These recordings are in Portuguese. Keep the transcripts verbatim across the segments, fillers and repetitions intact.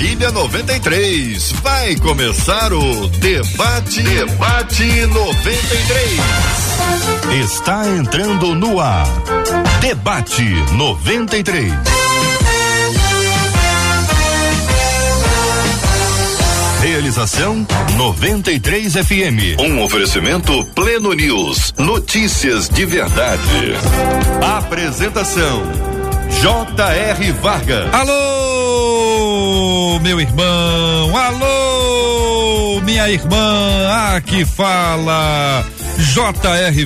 família noventa e três. Vai começar o Debate, Debate noventa e três. Está entrando no ar. Debate noventa e três. Realização noventa e três F M. Um oferecimento Pleno News. Notícias de verdade. Apresentação J R Vargas. Alô, meu irmão. Alô, minha irmã. Aqui fala J R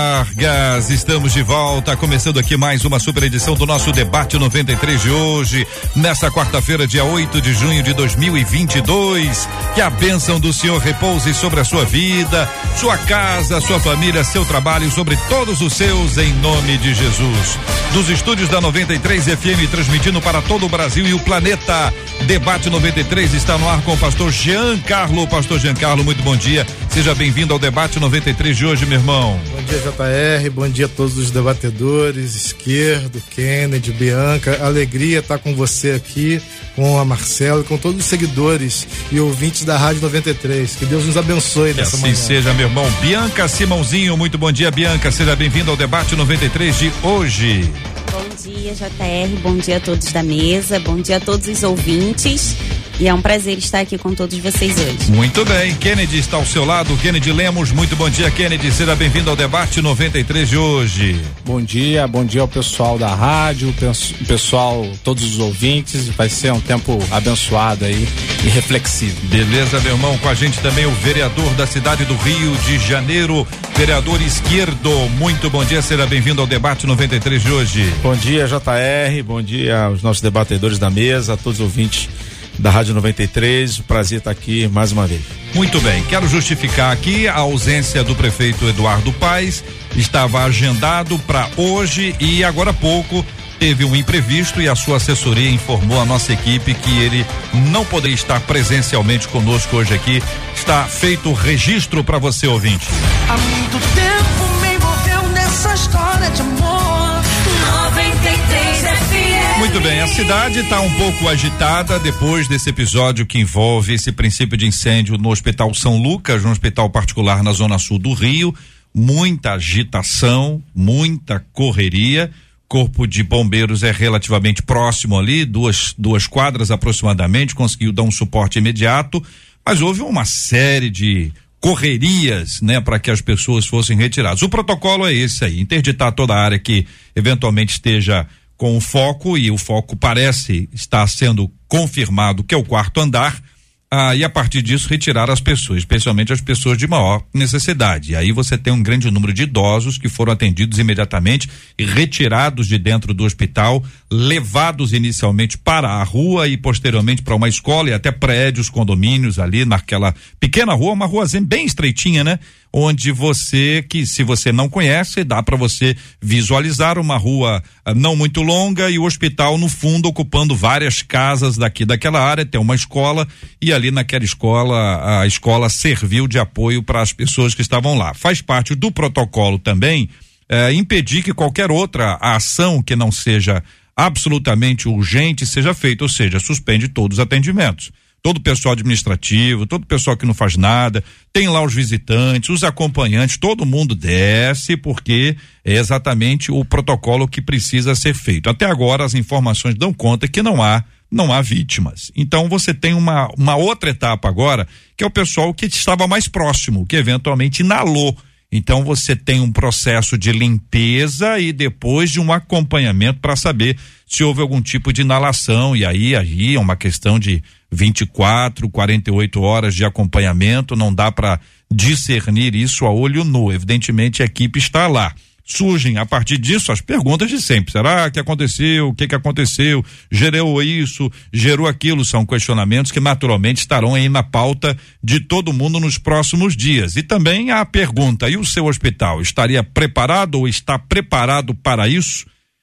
Vargas. Estamos de volta, começando aqui mais uma super edição do nosso Debate noventa e três de hoje, nesta quarta-feira, dia oito de junho de dois mil e vinte e dois. Que a bênção do Senhor repouse sobre a sua vida, sua casa, sua família, seu trabalho, sobre todos os seus, em nome de Jesus. Dos estúdios da noventa e três F M, transmitindo para todo o Brasil e o planeta. Debate noventa e três está no ar com o pastor Giancarlo. Pastor Giancarlo, muito bom dia. Seja bem-vindo ao Debate noventa e três de hoje, meu irmão. Bom dia, J R, bom dia a todos os debatedores, Esquerdo, Kennedy, Bianca, alegria estar com você aqui, com a Marcela, com todos os seguidores e ouvintes da Rádio noventa e três, que Deus nos abençoe nessa assim manhã. Assim seja, meu irmão. Bianca Simãozinho, muito bom dia, Bianca, seja bem-vindo ao Debate noventa e três de hoje. Bom dia, J R, bom dia a todos da mesa, bom dia a todos os ouvintes. E é um prazer estar aqui com todos vocês hoje. Muito bem, Kennedy está ao seu lado, Kennedy Lemos, muito bom dia, Kennedy, seja bem-vindo ao Debate noventa e três de hoje. Bom dia, bom dia ao pessoal da rádio, o pessoal, todos os ouvintes, vai ser um tempo abençoado aí e reflexivo. Beleza, meu irmão, com a gente também o vereador da cidade do Rio de Janeiro, vereador Esquerdo, muito bom dia, seja bem-vindo ao Debate noventa e três de hoje. Bom dia, J R, bom dia aos nossos debatedores da mesa, a todos os ouvintes da Rádio noventa e três, prazer estar aqui mais uma vez. Muito bem, quero justificar aqui a ausência do prefeito Eduardo Paes, estava agendado para hoje e agora há pouco teve um imprevisto e a sua assessoria informou a nossa equipe que ele não poderia estar presencialmente conosco hoje aqui. Está feito o registro para você, ouvinte. Há muito tempo me envolveu nessa história de amor. noventa e três F M. Muito bem, a cidade está um pouco agitada depois desse episódio que envolve esse princípio de incêndio no Hospital São Lucas, um hospital particular na zona sul do Rio. Muita agitação, muita correria. Corpo de bombeiros é relativamente próximo ali, duas, duas quadras aproximadamente, conseguiu dar um suporte imediato, mas houve uma série de correrias, né, para que as pessoas fossem retiradas. O protocolo é esse aí, interditar toda a área que eventualmente esteja com o foco, e o foco parece estar sendo confirmado que é o quarto andar, ah, e a partir disso retirar as pessoas, especialmente as pessoas de maior necessidade. E aí você tem um grande número de idosos que foram atendidos imediatamente e retirados de dentro do hospital, levados inicialmente para a rua e posteriormente para uma escola e até prédios, condomínios ali naquela pequena rua, uma ruazinha bem estreitinha, né? Onde você, que se você não conhece, dá para você visualizar uma rua ah, não muito longa e o hospital no fundo ocupando várias casas daqui daquela área, tem uma escola e ali naquela escola, a escola serviu de apoio para as pessoas que estavam lá. Faz parte do protocolo também eh, impedir que qualquer outra ação que não seja absolutamente urgente seja feita, ou seja, suspende todos os atendimentos. Todo o pessoal administrativo, todo o pessoal que não faz nada, tem lá os visitantes, os acompanhantes, todo mundo desce porque é exatamente o protocolo que precisa ser feito. Até agora as informações dão conta que não há não há vítimas. Então você tem uma, uma outra etapa agora, que é o pessoal que estava mais próximo, que eventualmente inalou. Então você tem um processo de limpeza e depois de um acompanhamento para saber se houve algum tipo de inalação, e aí aí é uma questão de vinte e quatro, quarenta e oito horas de acompanhamento, não dá para discernir isso a olho nu. Evidentemente a equipe está lá. Surgem a partir disso as perguntas de sempre. Será que aconteceu? O que que aconteceu? Gerou isso? Gerou aquilo? São questionamentos que naturalmente estarão aí na pauta de todo mundo nos próximos dias. E também a pergunta, e o seu hospital estaria preparado ou está preparado para isso?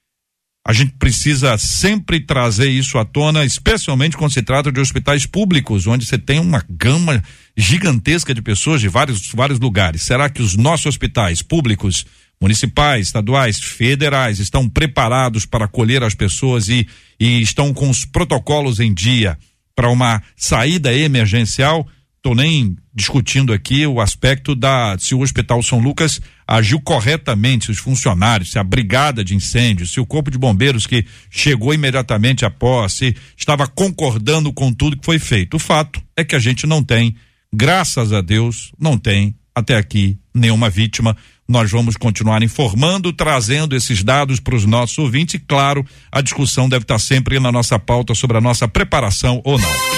A gente precisa sempre trazer isso à tona, especialmente quando se trata de hospitais públicos, onde você tem uma gama gigantesca de pessoas de vários, vários lugares. Será que os nossos hospitais públicos, municipais, estaduais, federais, estão preparados para acolher as pessoas e, e estão com os protocolos em dia para uma saída emergencial. Estou nem discutindo aqui o aspecto da se o Hospital São Lucas agiu corretamente, se os funcionários, se a brigada de incêndio, se o corpo de bombeiros que chegou imediatamente após, se estava concordando com tudo que foi feito. O fato é que a gente não tem, graças a Deus, não tem até aqui nenhuma vítima. Nós vamos continuar informando, trazendo esses dados para os nossos ouvintes e, claro, a discussão deve estar sempre na nossa pauta sobre a nossa preparação ou não.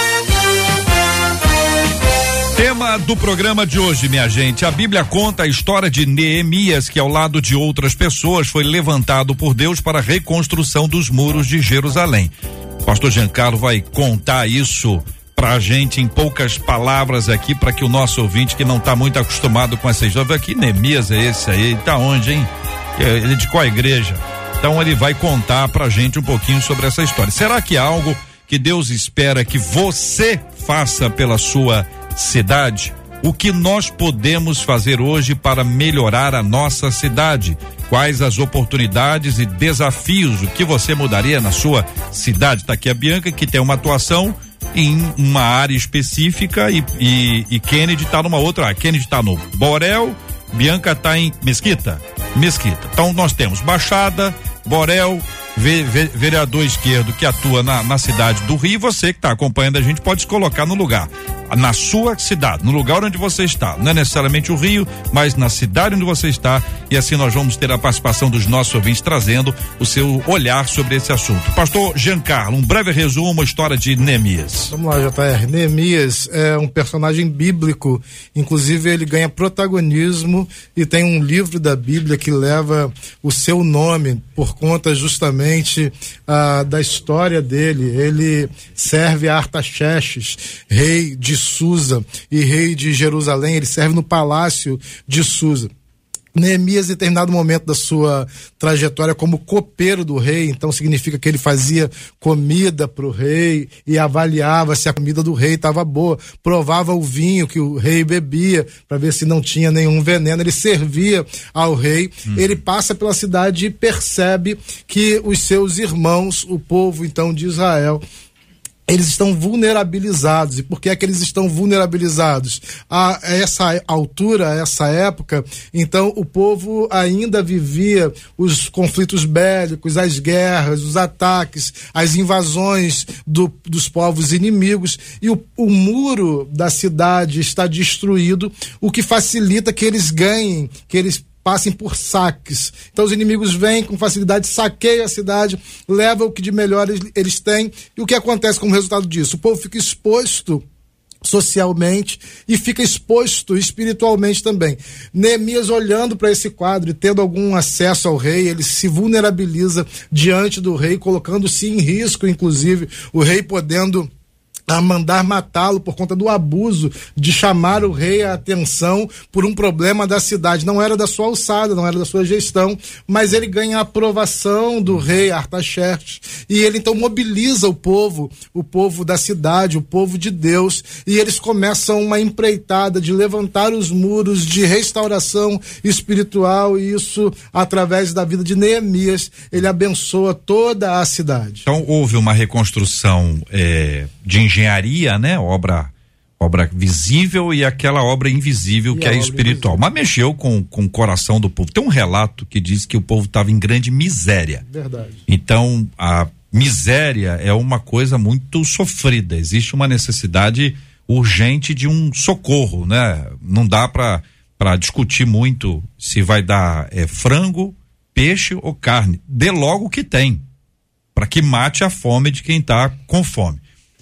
Tema do programa de hoje, minha gente. A Bíblia conta a história de Neemias, que ao lado de outras pessoas foi levantado por Deus para a reconstrução dos muros de Jerusalém. O pastor Giancarlo vai contar isso pra gente em poucas palavras aqui, para que o nosso ouvinte que não tá muito acostumado com essa história, que Neemias é esse aí? Tá onde, hein? Ele é de qual igreja? Então ele vai contar pra gente um pouquinho sobre essa história. Será que é algo que Deus espera que você faça pela sua cidade? O que nós podemos fazer hoje para melhorar a nossa cidade? Quais as oportunidades e desafios? O que você mudaria na sua cidade? Tá aqui a Bianca, que tem uma atuação em uma área específica e, e, e Kennedy tá numa outra. Ah, Kennedy tá no Borel, Bianca tá em Mesquita. Mesquita. Então nós temos Baixada, Borel, ve, ve, vereador esquerdo que atua na, na cidade do Rio. Você que está acompanhando a gente pode se colocar no lugar, na sua cidade, no lugar onde você está, não é necessariamente o Rio, mas na cidade onde você está, e assim nós vamos ter a participação dos nossos ouvintes trazendo o seu olhar sobre esse assunto. Pastor Giancarlo, um breve resumo, a história de Neemias. Vamos lá, J R. Neemias é um personagem bíblico, inclusive ele ganha protagonismo e tem um livro da Bíblia que leva o seu nome por conta justamente ah, da história dele. Ele serve a Artaxerxes, rei de Susa e rei de Jerusalém. Ele serve no palácio de Susa. Neemias, em determinado momento da sua trajetória como copeiro do rei, então significa que ele fazia comida para o rei e avaliava se a comida do rei estava boa, provava o vinho que o rei bebia para ver se não tinha nenhum veneno, ele servia ao rei. Hum. Ele passa pela cidade e percebe que os seus irmãos, o povo então de Israel, eles estão vulnerabilizados. E por que é que eles estão vulnerabilizados? A essa altura, a essa época, então o povo ainda vivia os conflitos bélicos, as guerras, os ataques, as invasões do, dos povos inimigos, e o, o muro da cidade está destruído, o que facilita que eles ganhem, que eles passem por saques. Então os inimigos vêm com facilidade, saqueiam a cidade, levam o que de melhor eles, eles têm, e o que acontece como resultado disso? O povo fica exposto socialmente e fica exposto espiritualmente também. Neemias, olhando para esse quadro e tendo algum acesso ao rei, ele se vulnerabiliza diante do rei, colocando-se em risco, inclusive o rei podendo a mandar matá-lo por conta do abuso de chamar o rei a atenção por um problema da cidade. Não era da sua alçada, não era da sua gestão, mas ele ganha a aprovação do rei Artaxerxes, e ele então mobiliza o povo, o povo da cidade, o povo de Deus, e eles começam uma empreitada de levantar os muros de restauração espiritual, e isso através da vida de Neemias, ele abençoa toda a cidade. Então houve uma reconstrução é, de engenharia, né? Obra, obra visível e aquela obra invisível e que é espiritual. Invisível. Mas mexeu com, com o coração do povo. Tem um relato que diz que o povo estava em grande miséria. Verdade. Então, a miséria é uma coisa muito sofrida. Existe uma necessidade urgente de um socorro, né? Não dá para para discutir muito se vai dar é, frango, peixe ou carne. Dê logo o que tem, para que mate a fome de quem está com fome.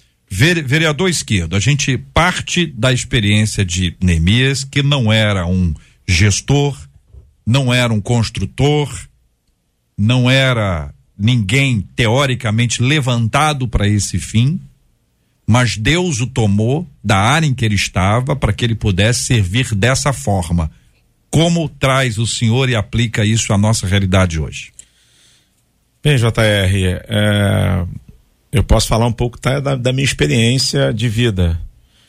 Vereador esquerdo, a gente parte da experiência de Neemias, que não era um gestor, não era um construtor, não era ninguém teoricamente levantado para esse fim, mas Deus o tomou da área em que ele estava para que ele pudesse servir dessa forma. Como traz o senhor e aplica isso à nossa realidade hoje? Bem, J R, é... eu posso falar um pouco tá, da, da minha experiência de vida.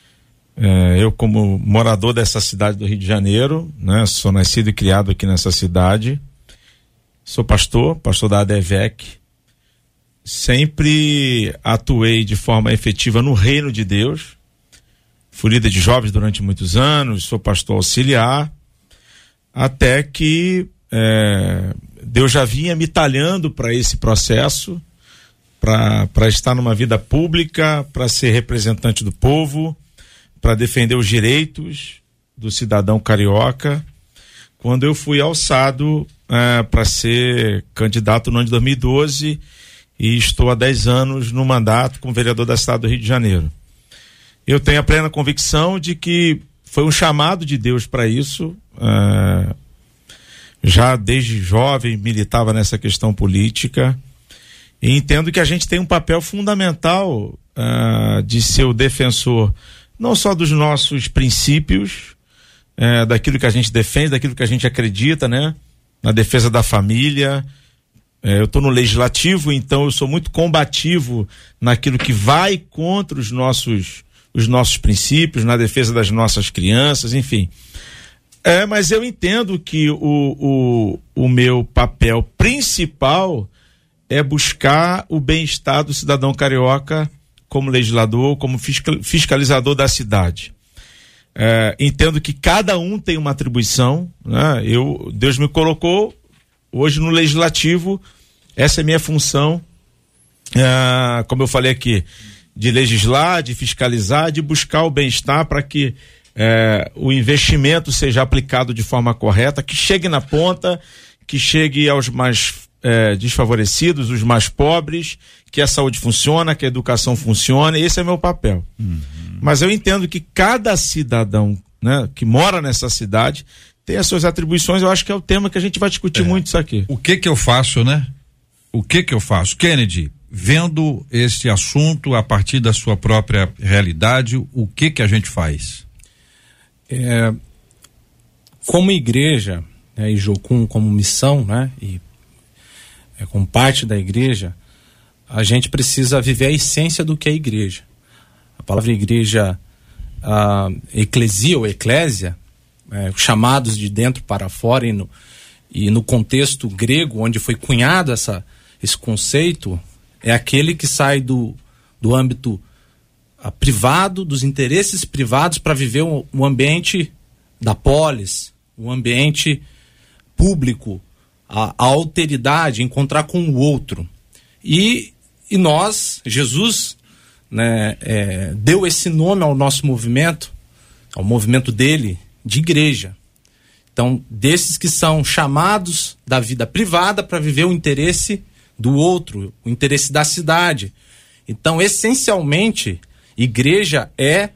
É, eu, como morador dessa cidade do Rio de Janeiro, né, sou nascido e criado aqui nessa cidade, sou pastor, pastor da A D V E C, sempre atuei de forma efetiva no reino de Deus. Fui líder de jovens durante muitos anos, sou pastor auxiliar, até que é, Deus já vinha me talhando para esse processo, para estar numa vida pública, para ser representante do povo, para defender os direitos do cidadão carioca, quando eu fui alçado é, para ser candidato no ano de dois mil e doze e estou há dez anos no mandato como vereador da cidade do Rio de Janeiro. Eu tenho a plena convicção de que foi um chamado de Deus para isso. Uh, já desde jovem militava nessa questão política e entendo que a gente tem um papel fundamental uh, de ser o defensor não só dos nossos princípios, uh, daquilo que a gente defende, daquilo que a gente acredita, né? Na defesa da família. Uh, eu estou no legislativo, então eu sou muito combativo naquilo que vai contra os nossos os nossos princípios, na defesa das nossas crianças, enfim. É, mas eu entendo que o, o, o meu papel principal é buscar o bem-estar do cidadão carioca como legislador, como fiscal, fiscalizador da cidade. É, entendo que cada um tem uma atribuição, né? Eu, Deus me colocou hoje no legislativo, essa é a minha função, é, como eu falei aqui, de legislar, de fiscalizar, de buscar o bem-estar para que é, o investimento seja aplicado de forma correta, que chegue na ponta, que chegue aos mais é, desfavorecidos, os mais pobres, que a saúde funcione, que a educação funcione. Esse é meu papel. Uhum. Mas eu entendo que cada cidadão, né, que mora nessa cidade tem as suas atribuições. Eu acho que é o tema que a gente vai discutir é. muito isso aqui. O que que eu faço, né? O que que eu faço? Kennedy, vendo este assunto a partir da sua própria realidade, o que que a gente faz? É, como igreja, né, e Jocum como missão, né, e é, como parte da igreja, a gente precisa viver a essência do que é igreja. A palavra igreja, a eclesia ou eclésia, é, chamados de dentro para fora, e no, e no contexto grego, onde foi cunhado essa, esse conceito, é aquele que sai do, do âmbito a, privado, dos interesses privados, para viver o, o ambiente da polis, o ambiente público, a, a alteridade, encontrar com o outro. E, e nós, Jesus, né, é, deu esse nome ao nosso movimento, ao movimento dele, de igreja. Então, desses que são chamados da vida privada para viver o interesse do outro, o interesse da cidade. Então, essencialmente, igreja é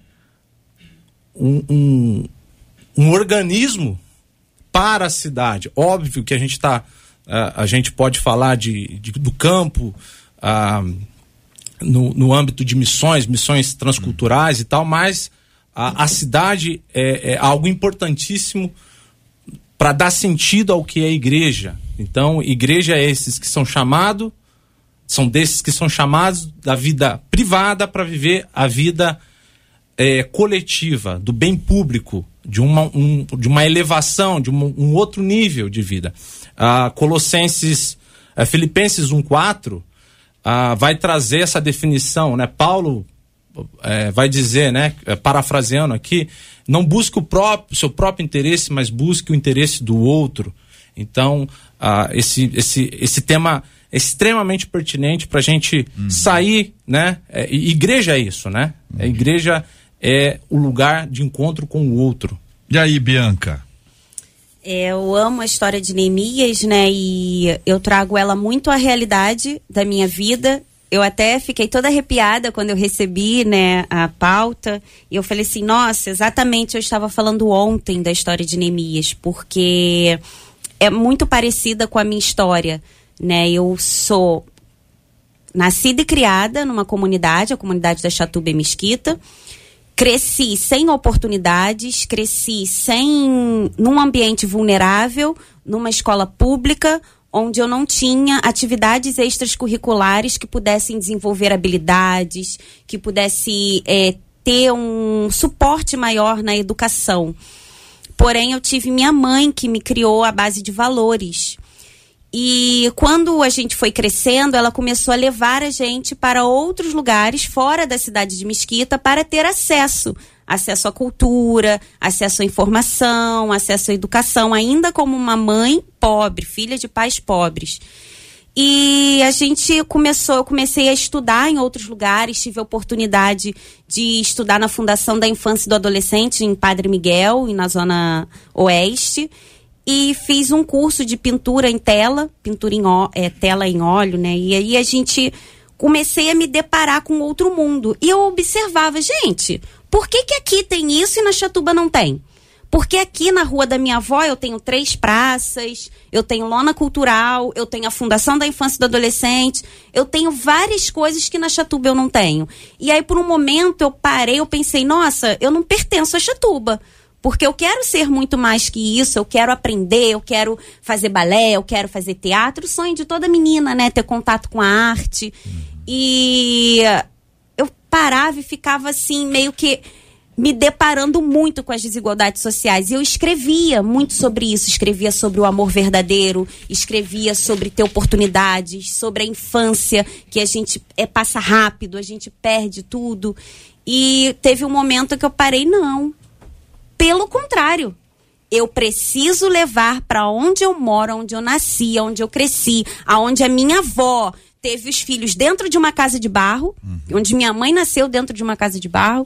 um, um, um organismo para a cidade. Óbvio que a gente tá, uh, a gente pode falar de, de, do campo, uh, no, no âmbito de missões, missões transculturais e tal, mas a, a cidade é, é algo importantíssimo para dar sentido ao que é igreja. Então, igreja é esses que são chamados, são desses que são chamados da vida privada para viver a vida é, coletiva, do bem público, de uma, um, de uma elevação, de um, um outro nível de vida. Ah, Colossenses, ah, Filipenses um, quatro, ah, vai trazer essa definição, né? Paulo é, vai dizer, né, parafraseando aqui, não busque o próprio, seu próprio interesse, mas busque o interesse do outro. Então, ah, esse, esse, esse tema é extremamente pertinente para a gente uhum. sair, né? É, igreja é isso, né? Uhum. A igreja é o lugar de encontro com o outro. E aí, Bianca? É, eu amo a história de Neemias, né? E eu trago ela muito à realidade da minha vida. Eu até fiquei toda arrepiada quando eu recebi, né, a pauta. E eu falei assim, nossa, exatamente, eu estava falando ontem da história de Neemias, porque é muito parecida com a minha história, né? Eu sou nascida e criada numa comunidade, a comunidade da Chatuba Mesquita. Cresci sem oportunidades, cresci sem num ambiente vulnerável, numa escola pública, onde eu não tinha atividades extracurriculares que pudessem desenvolver habilidades, que pudesse é, ter um suporte maior na educação. Porém, eu tive minha mãe que me criou à base de valores. E quando a gente foi crescendo, ela começou a levar a gente para outros lugares fora da cidade de Mesquita para ter acesso. Acesso à cultura, acesso à informação, acesso à educação, ainda como uma mãe pobre, filha de pais pobres. E a gente começou, eu comecei a estudar em outros lugares, tive a oportunidade de estudar na Fundação da Infância e do Adolescente, em Padre Miguel, na Zona Oeste, e fiz um curso de pintura em tela, pintura em ó, é, tela em óleo, né? E aí a gente, comecei a me deparar com outro mundo. E eu observava, gente, por que que aqui tem isso e na Chatuba não tem? Porque aqui na rua da minha avó eu tenho três praças, eu tenho lona cultural, eu tenho a Fundação da Infância e do Adolescente, eu tenho várias coisas que na Chatuba eu não tenho. E aí por um momento eu parei, eu pensei, nossa, eu não pertenço a Chatuba, porque eu quero ser muito mais que isso, eu quero aprender, eu quero fazer balé, eu quero fazer teatro, o sonho de toda menina, né, ter contato com a arte. E eu parava e ficava assim, meio que me deparando muito com as desigualdades sociais. E eu escrevia muito sobre isso, escrevia sobre o amor verdadeiro, escrevia sobre ter oportunidades, sobre a infância, que a gente é, passa rápido, a gente perde tudo. E teve um momento que eu parei, não. Pelo contrário, eu preciso levar para onde eu moro, onde eu nasci, onde eu cresci, aonde a minha avó teve os filhos dentro de uma casa de barro, uhum. onde minha mãe nasceu dentro de uma casa de barro,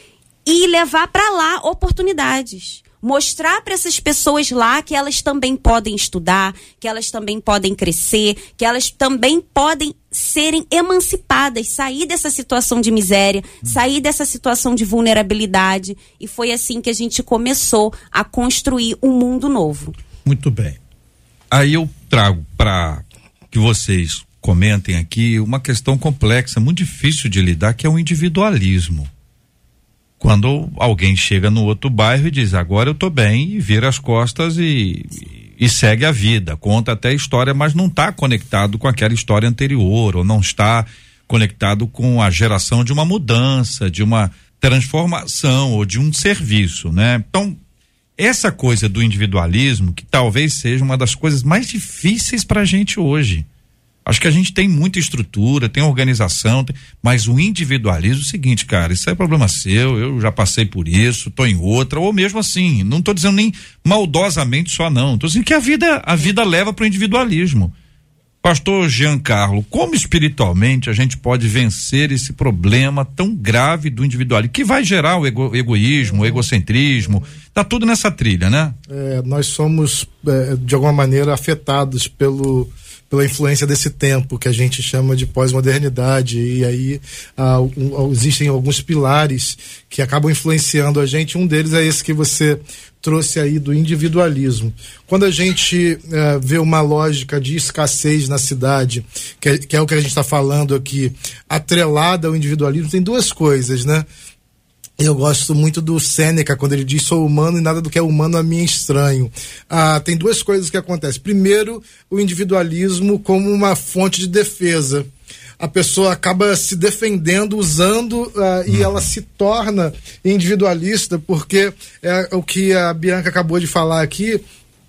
e levar para lá oportunidades. Mostrar para essas pessoas lá que elas também podem estudar, que elas também podem crescer, que elas também podem serem emancipadas, sair dessa situação de miséria, sair dessa situação de vulnerabilidade. E foi assim que a gente começou a construir um mundo novo. Muito bem. Aí eu trago para que vocês comentem aqui uma questão complexa, muito difícil de lidar, que é o individualismo. Quando alguém chega no outro bairro e diz, agora eu tô bem, e vira as costas e, e segue a vida, conta até a história, mas não está conectado com aquela história anterior, ou não está conectado com a geração de uma mudança, de uma transformação, ou de um serviço, né? Então, essa coisa do individualismo, que talvez seja uma das coisas mais difíceis para a gente hoje. Acho que a gente tem muita estrutura, tem organização, tem, mas o individualismo é o seguinte, cara, isso é problema seu, eu já passei por isso, tô em outra, ou mesmo assim, não tô dizendo nem maldosamente só não, tô dizendo que a vida, a vida leva pro individualismo. Pastor Giancarlo, como espiritualmente a gente pode vencer esse problema tão grave do individualismo, que vai gerar o ego, egoísmo, o egocentrismo, tá tudo nessa trilha, né? É, nós somos, é, de alguma maneira, afetados pelo pela influência desse tempo que a gente chama de pós-modernidade, e aí ah, um, existem alguns pilares que acabam influenciando a gente. Um deles é esse que você trouxe aí do individualismo. Quando a gente eh, vê uma lógica de escassez na cidade, que é, que é o que a gente está falando aqui, atrelada ao individualismo, tem duas coisas, né? Eu gosto muito do Sêneca, quando ele diz, sou humano e nada do que é humano a mim é estranho. Ah, tem duas coisas que acontecem. Primeiro, o individualismo como uma fonte de defesa. A pessoa acaba se defendendo, usando, uh, e ela se torna individualista, porque é o que a Bianca acabou de falar aqui.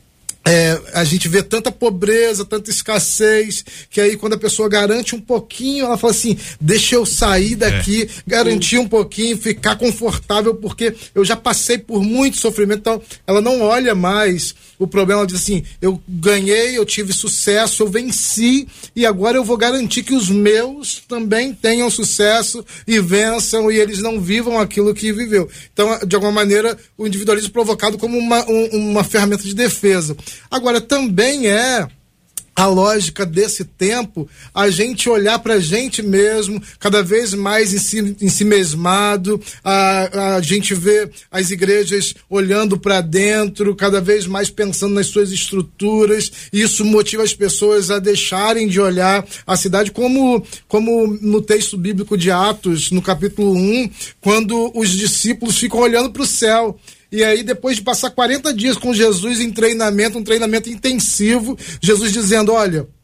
É, a gente vê tanta pobreza, tanta escassez, que aí quando a pessoa garante um pouquinho, ela fala assim, deixa eu sair daqui, é. garantir um pouquinho, ficar confortável, porque eu já passei por muito sofrimento. Então ela não olha mais o problema, ela diz assim, eu ganhei, eu tive sucesso, eu venci, e agora eu vou garantir que os meus também tenham sucesso e vençam, e eles não vivam aquilo que viveu. Então, de alguma maneira, o individualismo provocado como uma, um, uma ferramenta de defesa. Agora, também é a lógica desse tempo, a gente olhar pra gente mesmo, cada vez mais em si, em si mesmado, a, a gente vê as igrejas olhando para dentro, cada vez mais pensando nas suas estruturas, e isso motiva as pessoas a deixarem de olhar a cidade, como, como no texto bíblico de Atos, no capítulo um, quando os discípulos ficam olhando para o céu. E aí, depois de passar quarenta dias com Jesus em treinamento, um treinamento intensivo, Jesus dizendo, olha,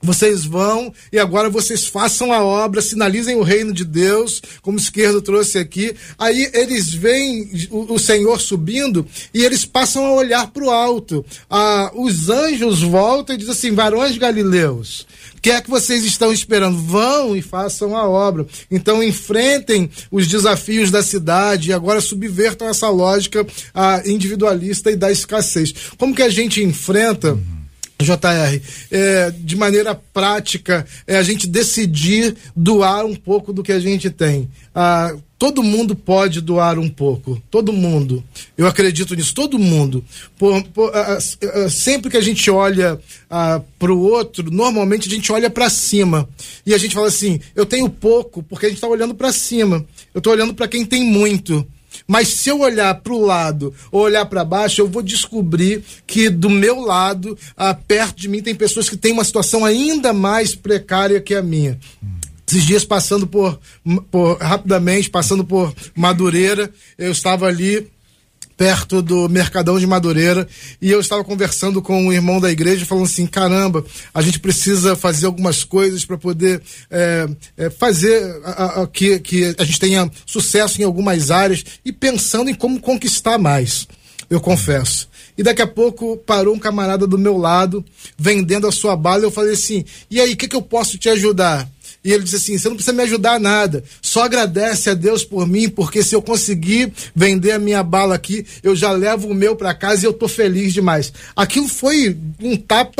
Vocês vão e agora vocês façam a obra, sinalizem o reino de Deus, como o Esquerdo trouxe aqui. Aí eles veem o, o Senhor subindo e eles passam a olhar para o alto. Ah, os anjos voltam e dizem assim: varões galileus, o que é que vocês estão esperando? Vão e façam a obra. Então enfrentem os desafios da cidade e agora subvertam essa lógica ah, individualista e da escassez. Como que a gente enfrenta... J R, é, de maneira prática, é a gente decidir doar um pouco do que a gente tem. Ah, todo mundo pode doar um pouco, todo mundo. Eu acredito nisso, todo mundo. Por, por, ah, ah, sempre que a gente olha ah, para o outro, normalmente a gente olha para cima e a gente fala assim: eu tenho pouco, porque a gente está olhando para cima. Eu estou olhando para quem tem muito. Mas se eu olhar para o lado ou olhar para baixo, eu vou descobrir que do meu lado, ah, perto de mim, tem pessoas que têm uma situação ainda mais precária que a minha. Esses dias passando por, por rapidamente, passando por Madureira, eu estava ali perto do Mercadão de Madureira e eu estava conversando com um irmão da igreja falando assim: caramba, a gente precisa fazer algumas coisas para poder é, é, fazer a, a, que, que a gente tenha sucesso em algumas áreas, e pensando em como conquistar mais, eu confesso. E daqui a pouco parou um camarada do meu lado vendendo a sua bala. Eu falei assim: e aí, o que, que eu posso te ajudar? E ele disse assim: você não precisa me ajudar a nada, só agradece a Deus por mim, porque se eu conseguir vender a minha bala aqui, eu já levo o meu para casa e eu tô feliz demais. Aquilo foi um tapa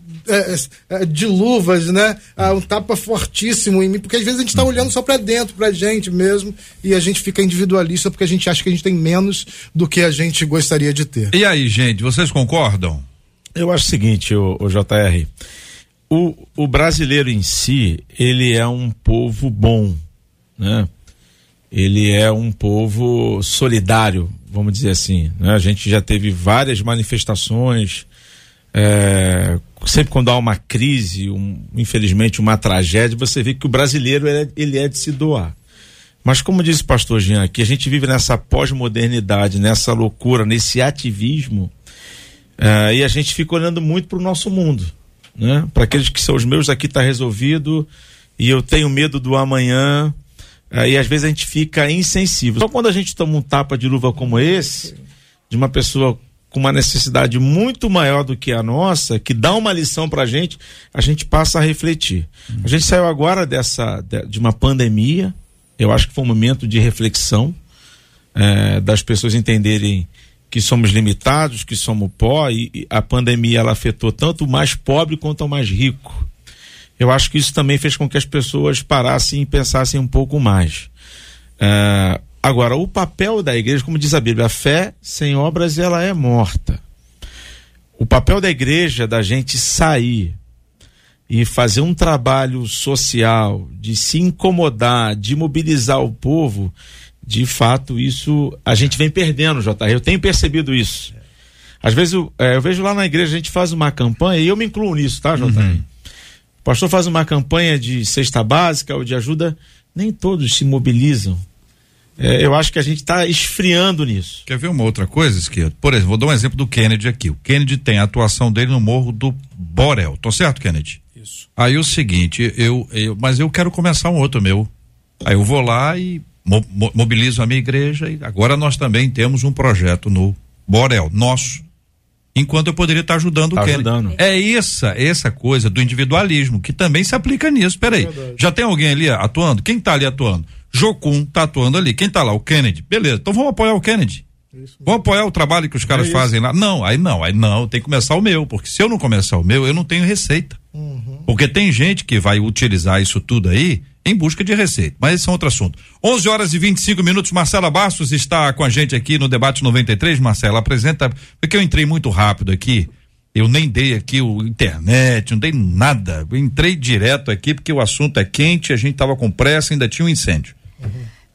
é, é, de luvas, né? Ah, um tapa fortíssimo em mim, porque às vezes a gente tá olhando só para dentro, pra gente mesmo, e a gente fica individualista porque a gente acha que a gente tem menos do que a gente gostaria de ter. E aí, gente, vocês concordam? Eu acho o seguinte, o, o J R, O, o brasileiro em si, ele é um povo bom, né? Ele é um povo solidário, vamos dizer assim, né? A gente já teve várias manifestações, é, sempre quando há uma crise, um, infelizmente uma tragédia, você vê que o brasileiro ele é, ele é de se doar. Mas como disse o pastor Jean aqui, a gente vive nessa pós-modernidade, nessa loucura, nesse ativismo, é, e a gente fica olhando muito para o nosso mundo. Né? Para aqueles que são os meus, aqui está resolvido e eu tenho medo do amanhã, aí às vezes a gente fica insensível. Só quando a gente toma um tapa de luva como esse, de uma pessoa com uma necessidade muito maior do que a nossa, que dá uma lição pra gente, a gente passa a refletir. Uhum. A gente saiu agora dessa, de uma pandemia, eu acho que foi um momento de reflexão, é, das pessoas entenderem que somos limitados, que somos pó, e, e a pandemia ela afetou tanto o mais pobre quanto o mais rico. Eu acho que isso também fez com que as pessoas parassem e pensassem um pouco mais. É, agora, o papel da igreja, como diz a Bíblia, a fé sem obras ela é morta. O papel da igreja é da gente sair e fazer um trabalho social, de se incomodar, de mobilizar o povo. De fato, isso a gente vem perdendo, J R. Eu tenho percebido isso. Às vezes eu, é, eu vejo lá na igreja, a gente faz uma campanha, e eu me incluo nisso, tá, J R? Uhum. O pastor faz uma campanha de cesta básica ou de ajuda, nem todos se mobilizam. É, eu acho que a gente está esfriando nisso. Quer ver uma outra coisa, Esquerdo? Por exemplo, vou dar um exemplo do Kennedy aqui. O Kennedy tem a atuação dele no Morro do Borel. Tô certo, Kennedy? Isso. Aí o seguinte, eu, eu, mas eu quero começar um outro meu. Aí eu vou lá e mo, mo, mobilizo a minha igreja, e agora nós também temos um projeto no Borel, nosso. Enquanto eu poderia estar ajudando tá o Kennedy. Ajudando. É essa, essa coisa do individualismo que também se aplica nisso. Peraí, é já tem alguém ali atuando? Quem tá ali atuando? Jocum tá atuando ali. Quem tá lá? O Kennedy. Beleza, então vamos apoiar o Kennedy. Vamos apoiar o trabalho que os caras é fazem lá. Não, aí não, aí não, tem que começar o meu, porque se eu não começar o meu, eu não tenho receita. Uhum. Porque tem gente que vai utilizar isso tudo aí em busca de receita, mas esse é outro assunto. onze horas e vinte e cinco minutos, Marcela Bastos está com a gente aqui no Debate noventa e três. Marcela, apresenta, porque eu entrei muito rápido aqui, eu nem dei aqui o internet, não dei nada, eu entrei direto aqui porque o assunto é quente, a gente tava com pressa, ainda tinha um incêndio. Uhum.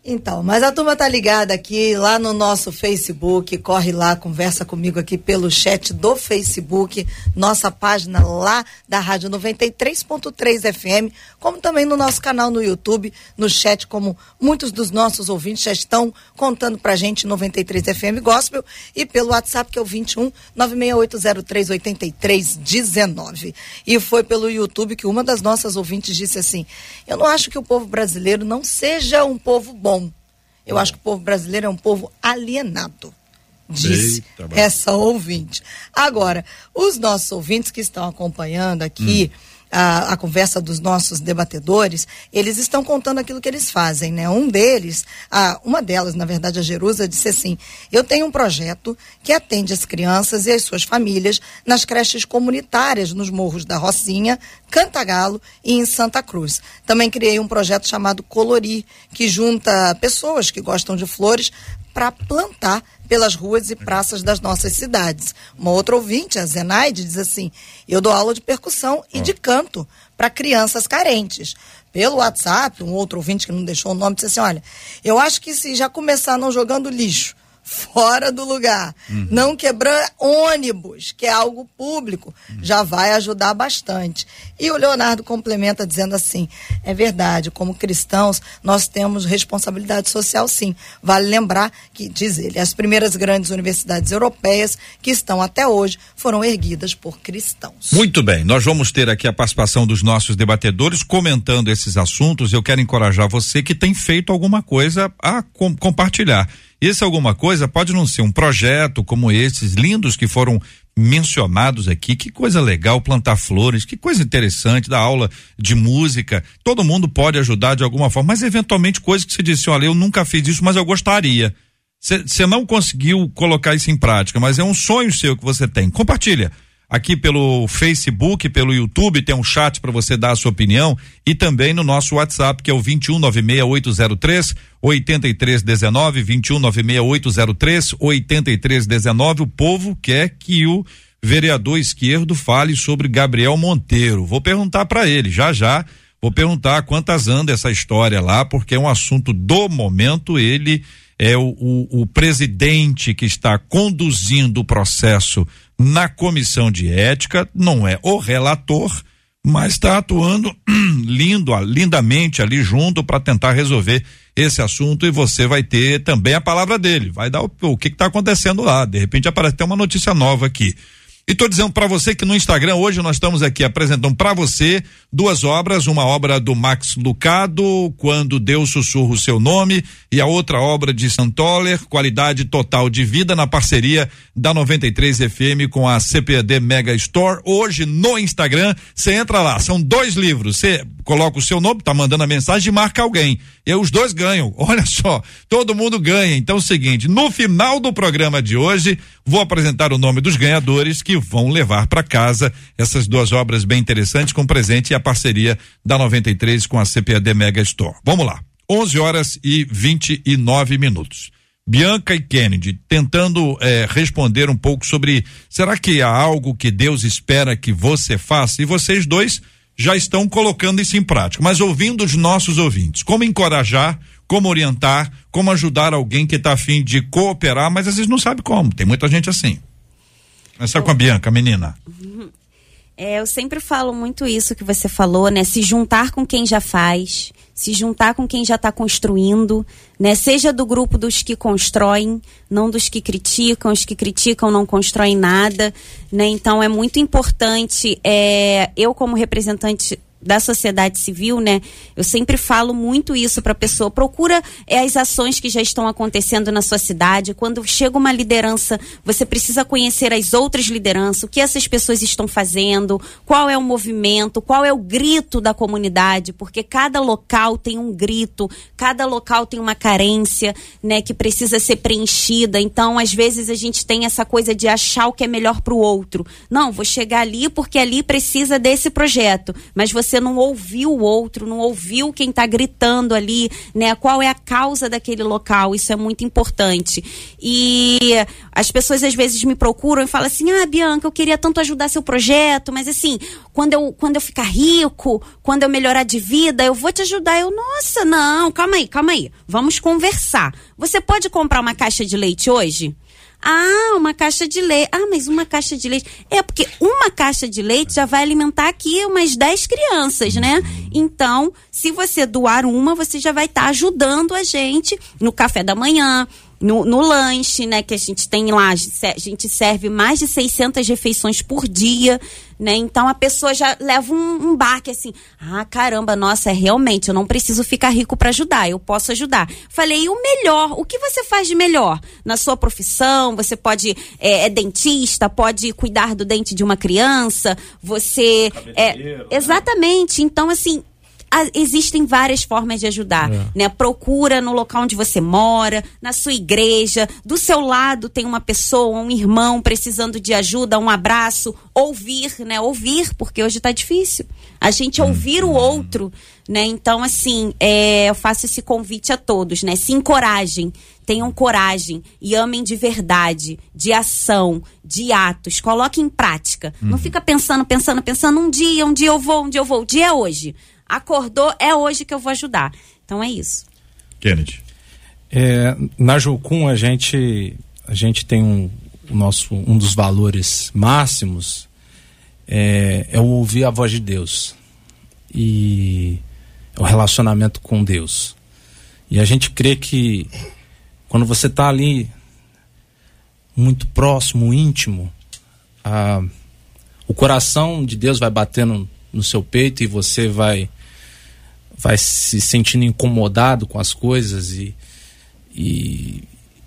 Então, mas a turma tá ligada aqui lá no nosso Facebook, corre lá, conversa comigo aqui pelo chat do Facebook, nossa página lá da Rádio noventa e três ponto três F M, como também no nosso canal no YouTube, no chat, como muitos dos nossos ouvintes já estão contando pra gente, noventa e três F M Gospel, e pelo WhatsApp, que é o vinte e um, nove seis oito zero três, oito três um nove. E foi pelo YouTube que uma das nossas ouvintes disse assim: eu não acho que o povo brasileiro não seja um povo bom. Eu acho que o povo brasileiro é um povo alienado, disse Eita, essa ouvinte. Agora, os nossos ouvintes que estão acompanhando aqui hum. a, a conversa dos nossos debatedores, eles estão contando aquilo que eles fazem, né? Um deles, a, uma delas, na verdade, a Jerusa, disse assim: eu tenho um projeto que atende as crianças e as suas famílias nas creches comunitárias nos morros da Rocinha, Cantagalo e em Santa Cruz. Também criei um projeto chamado Colorir, que junta pessoas que gostam de flores para plantar pelas ruas e praças das nossas cidades. Uma outra ouvinte, a Zenaide, diz assim: eu dou aula de percussão e de canto para crianças carentes. Pelo WhatsApp, um outro ouvinte que não deixou o nome disse assim: olha, eu acho que se já começar não jogando lixo fora do lugar, uhum. não quebrar ônibus, que é algo público, uhum. já vai ajudar bastante. E o Leonardo complementa dizendo assim: é verdade, como cristãos nós temos responsabilidade social, sim. Vale lembrar que, diz ele, as primeiras grandes universidades europeias que estão até hoje foram erguidas por cristãos. Muito bem, nós vamos ter aqui a participação dos nossos debatedores comentando esses assuntos. Eu quero encorajar você que tem feito alguma coisa a com, compartilhar. Esse alguma coisa pode não ser um projeto como esses lindos que foram mencionados aqui. Que coisa legal plantar flores, que coisa interessante, dar aula de música. Todo mundo pode ajudar de alguma forma, mas eventualmente coisas que você disse: olha, eu nunca fiz isso, mas eu gostaria. Você não conseguiu colocar isso em prática, mas é um sonho seu que você tem. Compartilha. Aqui pelo Facebook, pelo YouTube, tem um chat para você dar a sua opinião, e também no nosso WhatsApp, que é o vinte e um, nove seis oito zero três, oito três um nove, vinte e um, nove seis oito zero três, oito três um nove. O povo quer que o vereador esquerdo fale sobre Gabriel Monteiro. Vou perguntar para ele, já já, vou perguntar quantas anda essa história lá, porque é um assunto do momento. Ele é o, o, o presidente que está conduzindo o processo na comissão de ética, não é o relator, mas está atuando lindo, lindamente ali junto para tentar resolver esse assunto, e você vai ter também a palavra dele, vai dar o, o que está acontecendo lá. De repente aparece até uma notícia nova aqui. E tô dizendo para você que no Instagram hoje nós estamos aqui apresentando para você duas obras, uma obra do Max Lucado, Quando Deus Sussurra o Seu Nome, e a outra obra de Santoller, Qualidade Total de Vida, na parceria da noventa e três F M com a C P A D Mega Store. Hoje no Instagram, você entra lá, são dois livros, você coloca o seu nome, tá mandando a mensagem e marca alguém, e os dois ganham. Olha só, todo mundo ganha. Então é o seguinte, no final do programa de hoje, vou apresentar o nome dos ganhadores que vão levar para casa essas duas obras bem interessantes, com presente e a parceria da noventa e três com a C P A D Mega Store. Vamos lá, onze horas e vinte e nove minutos. Bianca e Kennedy tentando eh, responder um pouco sobre, será que há algo que Deus espera que você faça? E vocês dois já estão colocando isso em prática, mas ouvindo os nossos ouvintes, como encorajar, como orientar, como ajudar alguém que está a fim de cooperar, mas às vezes não sabe como. Tem muita gente assim. Começar com a Bianca, menina. É, eu sempre falo muito isso que você falou, né? Se juntar com quem já faz, se juntar com quem já está construindo, né? Seja do grupo dos que constroem, não dos que criticam. Os que criticam não constroem nada, né? Então é muito importante, é, eu como representante da sociedade civil, né? Eu sempre falo muito isso para a pessoa. Procura é, as ações que já estão acontecendo na sua cidade. Quando chega uma liderança, você precisa conhecer as outras lideranças, o que essas pessoas estão fazendo, qual é o movimento, qual é o grito da comunidade, porque cada local tem um grito, cada local tem uma carência, né? Que precisa ser preenchida. Então, às vezes a gente tem essa coisa de achar o que é melhor para o outro. Não, vou chegar ali porque ali precisa desse projeto, mas você você não ouviu o outro, não ouviu quem está gritando ali, né? Qual é a causa daquele local, isso é muito importante. E as pessoas às vezes me procuram e falam assim, ah, Bianca, eu queria tanto ajudar seu projeto, mas assim, quando eu, quando eu ficar rico, quando eu melhorar de vida, eu vou te ajudar. Eu, nossa, não, calma aí, calma aí, vamos conversar. Você pode comprar uma caixa de leite hoje? Ah, uma caixa de leite. Ah, mas uma caixa de leite. É, porque uma caixa de leite já vai alimentar aqui umas dez crianças, né? Então, se você doar uma, você já vai estar tá ajudando a gente no café da manhã, no, no lanche, né? Que a gente tem lá, a gente serve mais de seiscentas refeições por dia, né? Então, a pessoa já leva um, um baque assim, ah, caramba, nossa, é realmente, eu não preciso ficar rico para ajudar, eu posso ajudar. Falei, e o melhor, o que você faz de melhor na sua profissão? Você pode, é, é dentista, pode cuidar do dente de uma criança, você... É, exatamente, então assim, a, existem várias formas de ajudar, é. né? Procura no local onde você mora, na sua igreja, do seu lado tem uma pessoa, um irmão precisando de ajuda, um abraço, ouvir, né? Ouvir, porque hoje tá difícil. A gente ouvir o outro, né? Então, assim, é, eu faço esse convite a todos, né? Se encorajem, tenham coragem e amem de verdade, de ação, de atos, coloquem em prática. Uhum. Não fica pensando, pensando, pensando, um dia, um dia eu vou, um dia eu vou, o dia é hoje. Acordou, é hoje que eu vou ajudar. Então é isso. Kennedy. É, na Jocum a gente, a gente tem um, o nosso, um dos valores máximos é, é o ouvir a voz de Deus. E o relacionamento com Deus. E a gente crê que quando você está ali muito próximo, íntimo, a, o coração de Deus vai batendo no seu peito e você vai vai se sentindo incomodado com as coisas e e,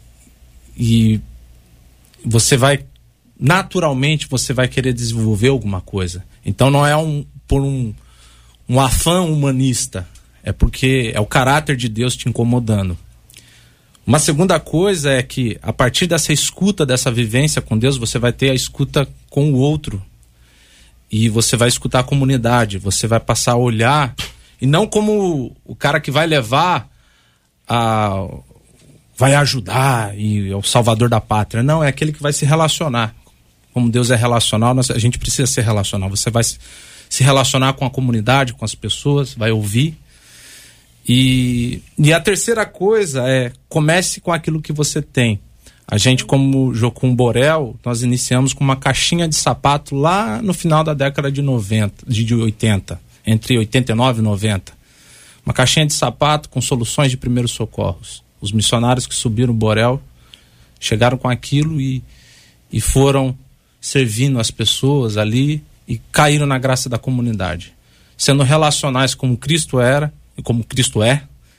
e você vai naturalmente você vai querer desenvolver alguma coisa. Então não é um por um, um afã humanista, é porque é o caráter de Deus te incomodando. Uma segunda coisa é que a partir dessa escuta, dessa vivência com Deus, você vai ter a escuta com o outro. E você vai escutar a comunidade, você vai passar a olhar, e não como o cara que vai levar, a, vai ajudar e é o salvador da pátria. Não, é aquele que vai se relacionar. Como Deus é relacional, nós, a gente precisa ser relacional. Você vai se, se relacionar com a comunidade, com as pessoas, vai ouvir. E, e a terceira coisa é, comece com aquilo que você tem. A gente, como Jocum Borel, nós iniciamos com uma caixinha de sapato lá no final da década de noventa, de oitenta, entre oitenta e nove e noventa. Uma caixinha de sapato com soluções de primeiros socorros. Os missionários que subiram o Borel chegaram com aquilo e, e foram servindo as pessoas ali e caíram na graça da comunidade. Sendo relacionais como Cristo era e como Cristo é.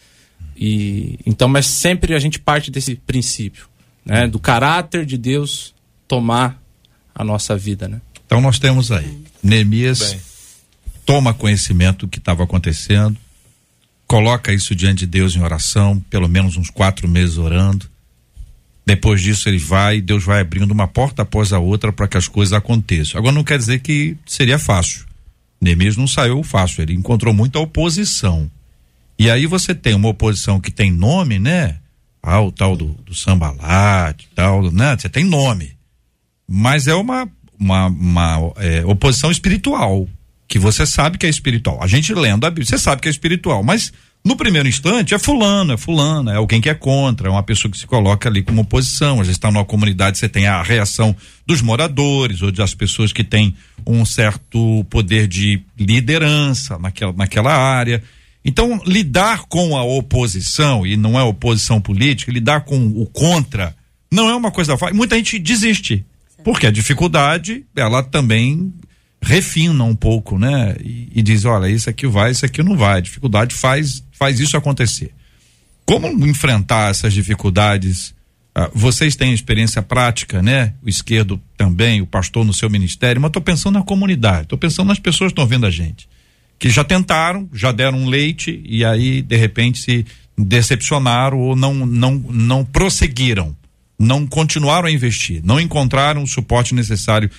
E, então, mas sempre a gente parte desse princípio. Né, do caráter de Deus tomar a nossa vida, né? Então nós temos aí, Neemias Bem. toma conhecimento do que estava acontecendo, coloca isso diante de Deus em oração, pelo menos uns quatro meses orando. Depois disso ele vai, Deus vai abrindo uma porta após a outra para que as coisas aconteçam. Agora não quer dizer que seria fácil. Neemias não saiu fácil, ele encontrou muita oposição. E aí você tem uma oposição que tem nome, né? Ah, o tal do, do Sambalat, tal, né? Você tem nome. Mas é uma, uma, uma é, oposição espiritual, que você sabe que é espiritual. A gente lendo a Bíblia, você sabe que é espiritual, mas no primeiro instante é fulano, é fulana, é alguém que é contra, é uma pessoa que se coloca ali como oposição. Às vezes está numa comunidade, você tem a reação dos moradores ou das pessoas que têm um certo poder de liderança naquela, naquela área. Então, lidar com a oposição, e não é oposição política, lidar com o contra, não é uma coisa fácil. Muita gente desiste, porque a dificuldade, ela também refina um pouco, né? E, e diz, olha, isso aqui vai, isso aqui não vai. A dificuldade faz, faz isso acontecer. Como enfrentar essas dificuldades? Ah, vocês têm experiência prática, né? O Esquerdo também, o pastor no seu ministério, mas estou pensando na comunidade, estou pensando nas pessoas que estão vendo a gente, que já tentaram, já deram um leite e aí de repente se decepcionaram ou não, não, não prosseguiram, não continuaram a investir, não encontraram o suporte necessário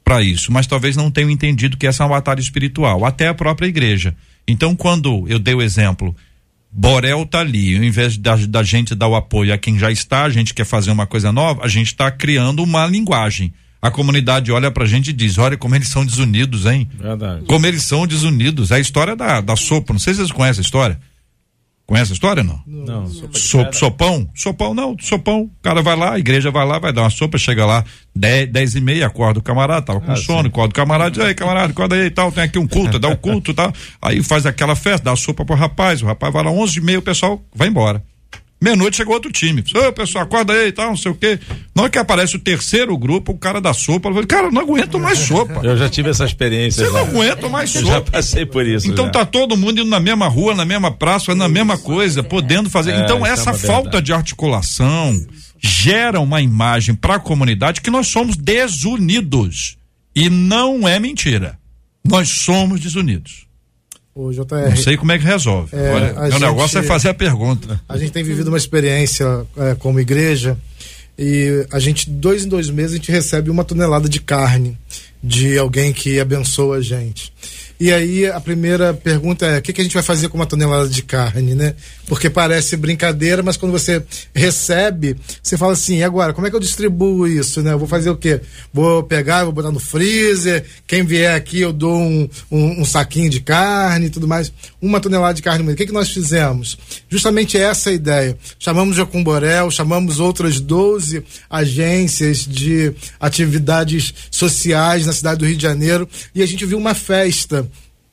para isso, mas talvez não tenham entendido que essa é uma batalha espiritual, até a própria igreja. Então, quando eu dei o exemplo, Borel tá ali, ao invés da, da gente dar o apoio a quem já está, a gente quer fazer uma coisa nova, a gente está criando uma linguagem. A comunidade olha pra gente e diz, olha como eles são desunidos, hein? Verdade. Como eles são desunidos. É a história da, da sopa, não sei se vocês conhecem a história. Conhece a história, não? Não. So, sopão? Sopão, não, sopão. O cara vai lá, a igreja vai lá, vai dar uma sopa, chega lá, dez, dez e meia, acorda o camarada, tava com ah, sono, sim. acorda o camarada, diz, aí camarada, acorda aí e tal, tem aqui um culto, dá o culto e tal. Aí faz aquela festa, dá a sopa pro rapaz, o rapaz vai lá onze e meia, o pessoal vai embora. Meia-noite chegou outro time. Ô, pessoal, acorda aí e tal, não sei o quê. Na hora que aparece o terceiro grupo, o cara da sopa, fala, cara, não aguento mais sopa. Eu já tive essa experiência. Você não aguenta mais sopa. Já passei por isso. Então já. Tá todo mundo indo na mesma rua, na mesma praça, na mesma coisa, podendo fazer. É, então essa é falta verdade. de articulação gera uma imagem para a comunidade que nós somos desunidos. E não é mentira. Nós somos desunidos. O J R, não sei como é que resolve. É, Olha, meu gente, negócio é fazer a pergunta. A gente tem vivido uma experiência é, como igreja e a gente, dois em dois meses, a gente recebe uma tonelada de carne de alguém que abençoa a gente. E aí a primeira pergunta é, o que, que a gente vai fazer com uma tonelada de carne, né? Porque parece brincadeira, mas quando você recebe, você fala assim, e agora, como é que eu distribuo isso, né? Eu vou fazer o quê? Vou pegar, vou botar no freezer, quem vier aqui eu dou um, um, um saquinho de carne e tudo mais. Uma tonelada de carne. O que, que nós fizemos? Justamente essa ideia. Chamamos Jocum Borel, chamamos outras doze agências de atividades sociais na cidade do Rio de Janeiro e a gente viu uma festa.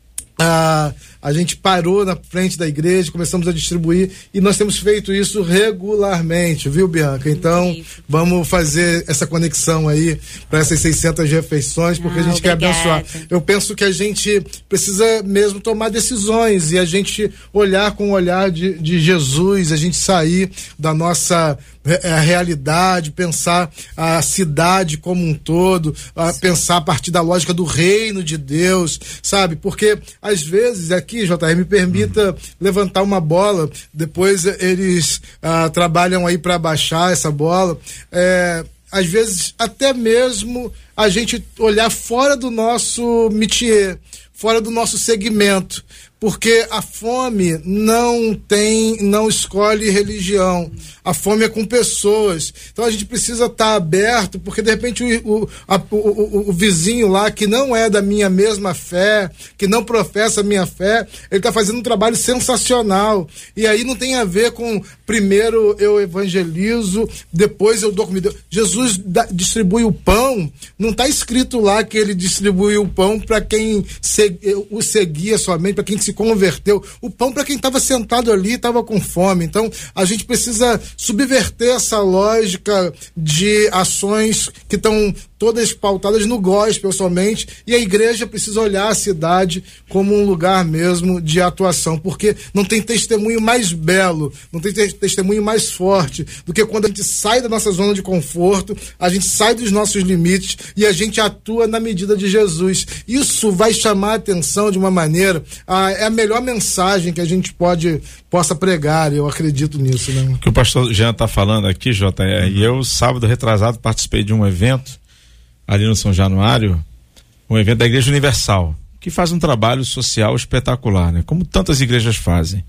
Ah, a gente parou na frente da igreja, começamos a distribuir e nós temos feito isso regularmente, viu, Bianca? Então, vamos fazer essa conexão aí para essas seiscentas refeições, porque ah, a gente obrigada. Quer abençoar. Eu penso que a gente precisa mesmo tomar decisões e a gente olhar com o olhar de, de Jesus, a gente sair da nossa a realidade, pensar a cidade como um todo, a pensar a partir da lógica do reino de Deus, sabe? Porque às vezes aqui, J R, me permita uhum. levantar uma bola, depois eles ah, trabalham aí para baixar essa bola, é, às vezes até mesmo a gente olhar fora do nosso métier, fora do nosso segmento, porque a fome não tem, não escolhe religião. A fome é com pessoas. Então a gente precisa estar tá aberto, porque de repente o, o, a, o, o, o vizinho lá, que não é da minha mesma fé, que não professa a minha fé, ele está fazendo um trabalho sensacional. E aí não tem a ver com primeiro eu evangelizo, depois eu dou comida. Jesus da, distribui o pão, não está escrito lá que ele distribui o pão para quem se, o seguia somente, para quem se converteu. O pão para quem estava sentado ali, estava com fome. Então a gente precisa subverter essa lógica de ações que estão todas pautadas no gospel somente, e a igreja precisa olhar a cidade como um lugar mesmo de atuação, porque não tem testemunho mais belo, não tem te- testemunho mais forte do que quando a gente sai da nossa zona de conforto, a gente sai dos nossos limites e a gente atua na medida de Jesus. Isso vai chamar a atenção de uma maneira, ah, é a melhor mensagem que a gente pode possa pregar, eu acredito nisso, né? Que o pastor Jean está falando aqui, J R, uhum. e eu, sábado retrasado, participei de um evento ali no São Januário, um evento da Igreja Universal, que faz um trabalho social espetacular, né? Como tantas igrejas fazem.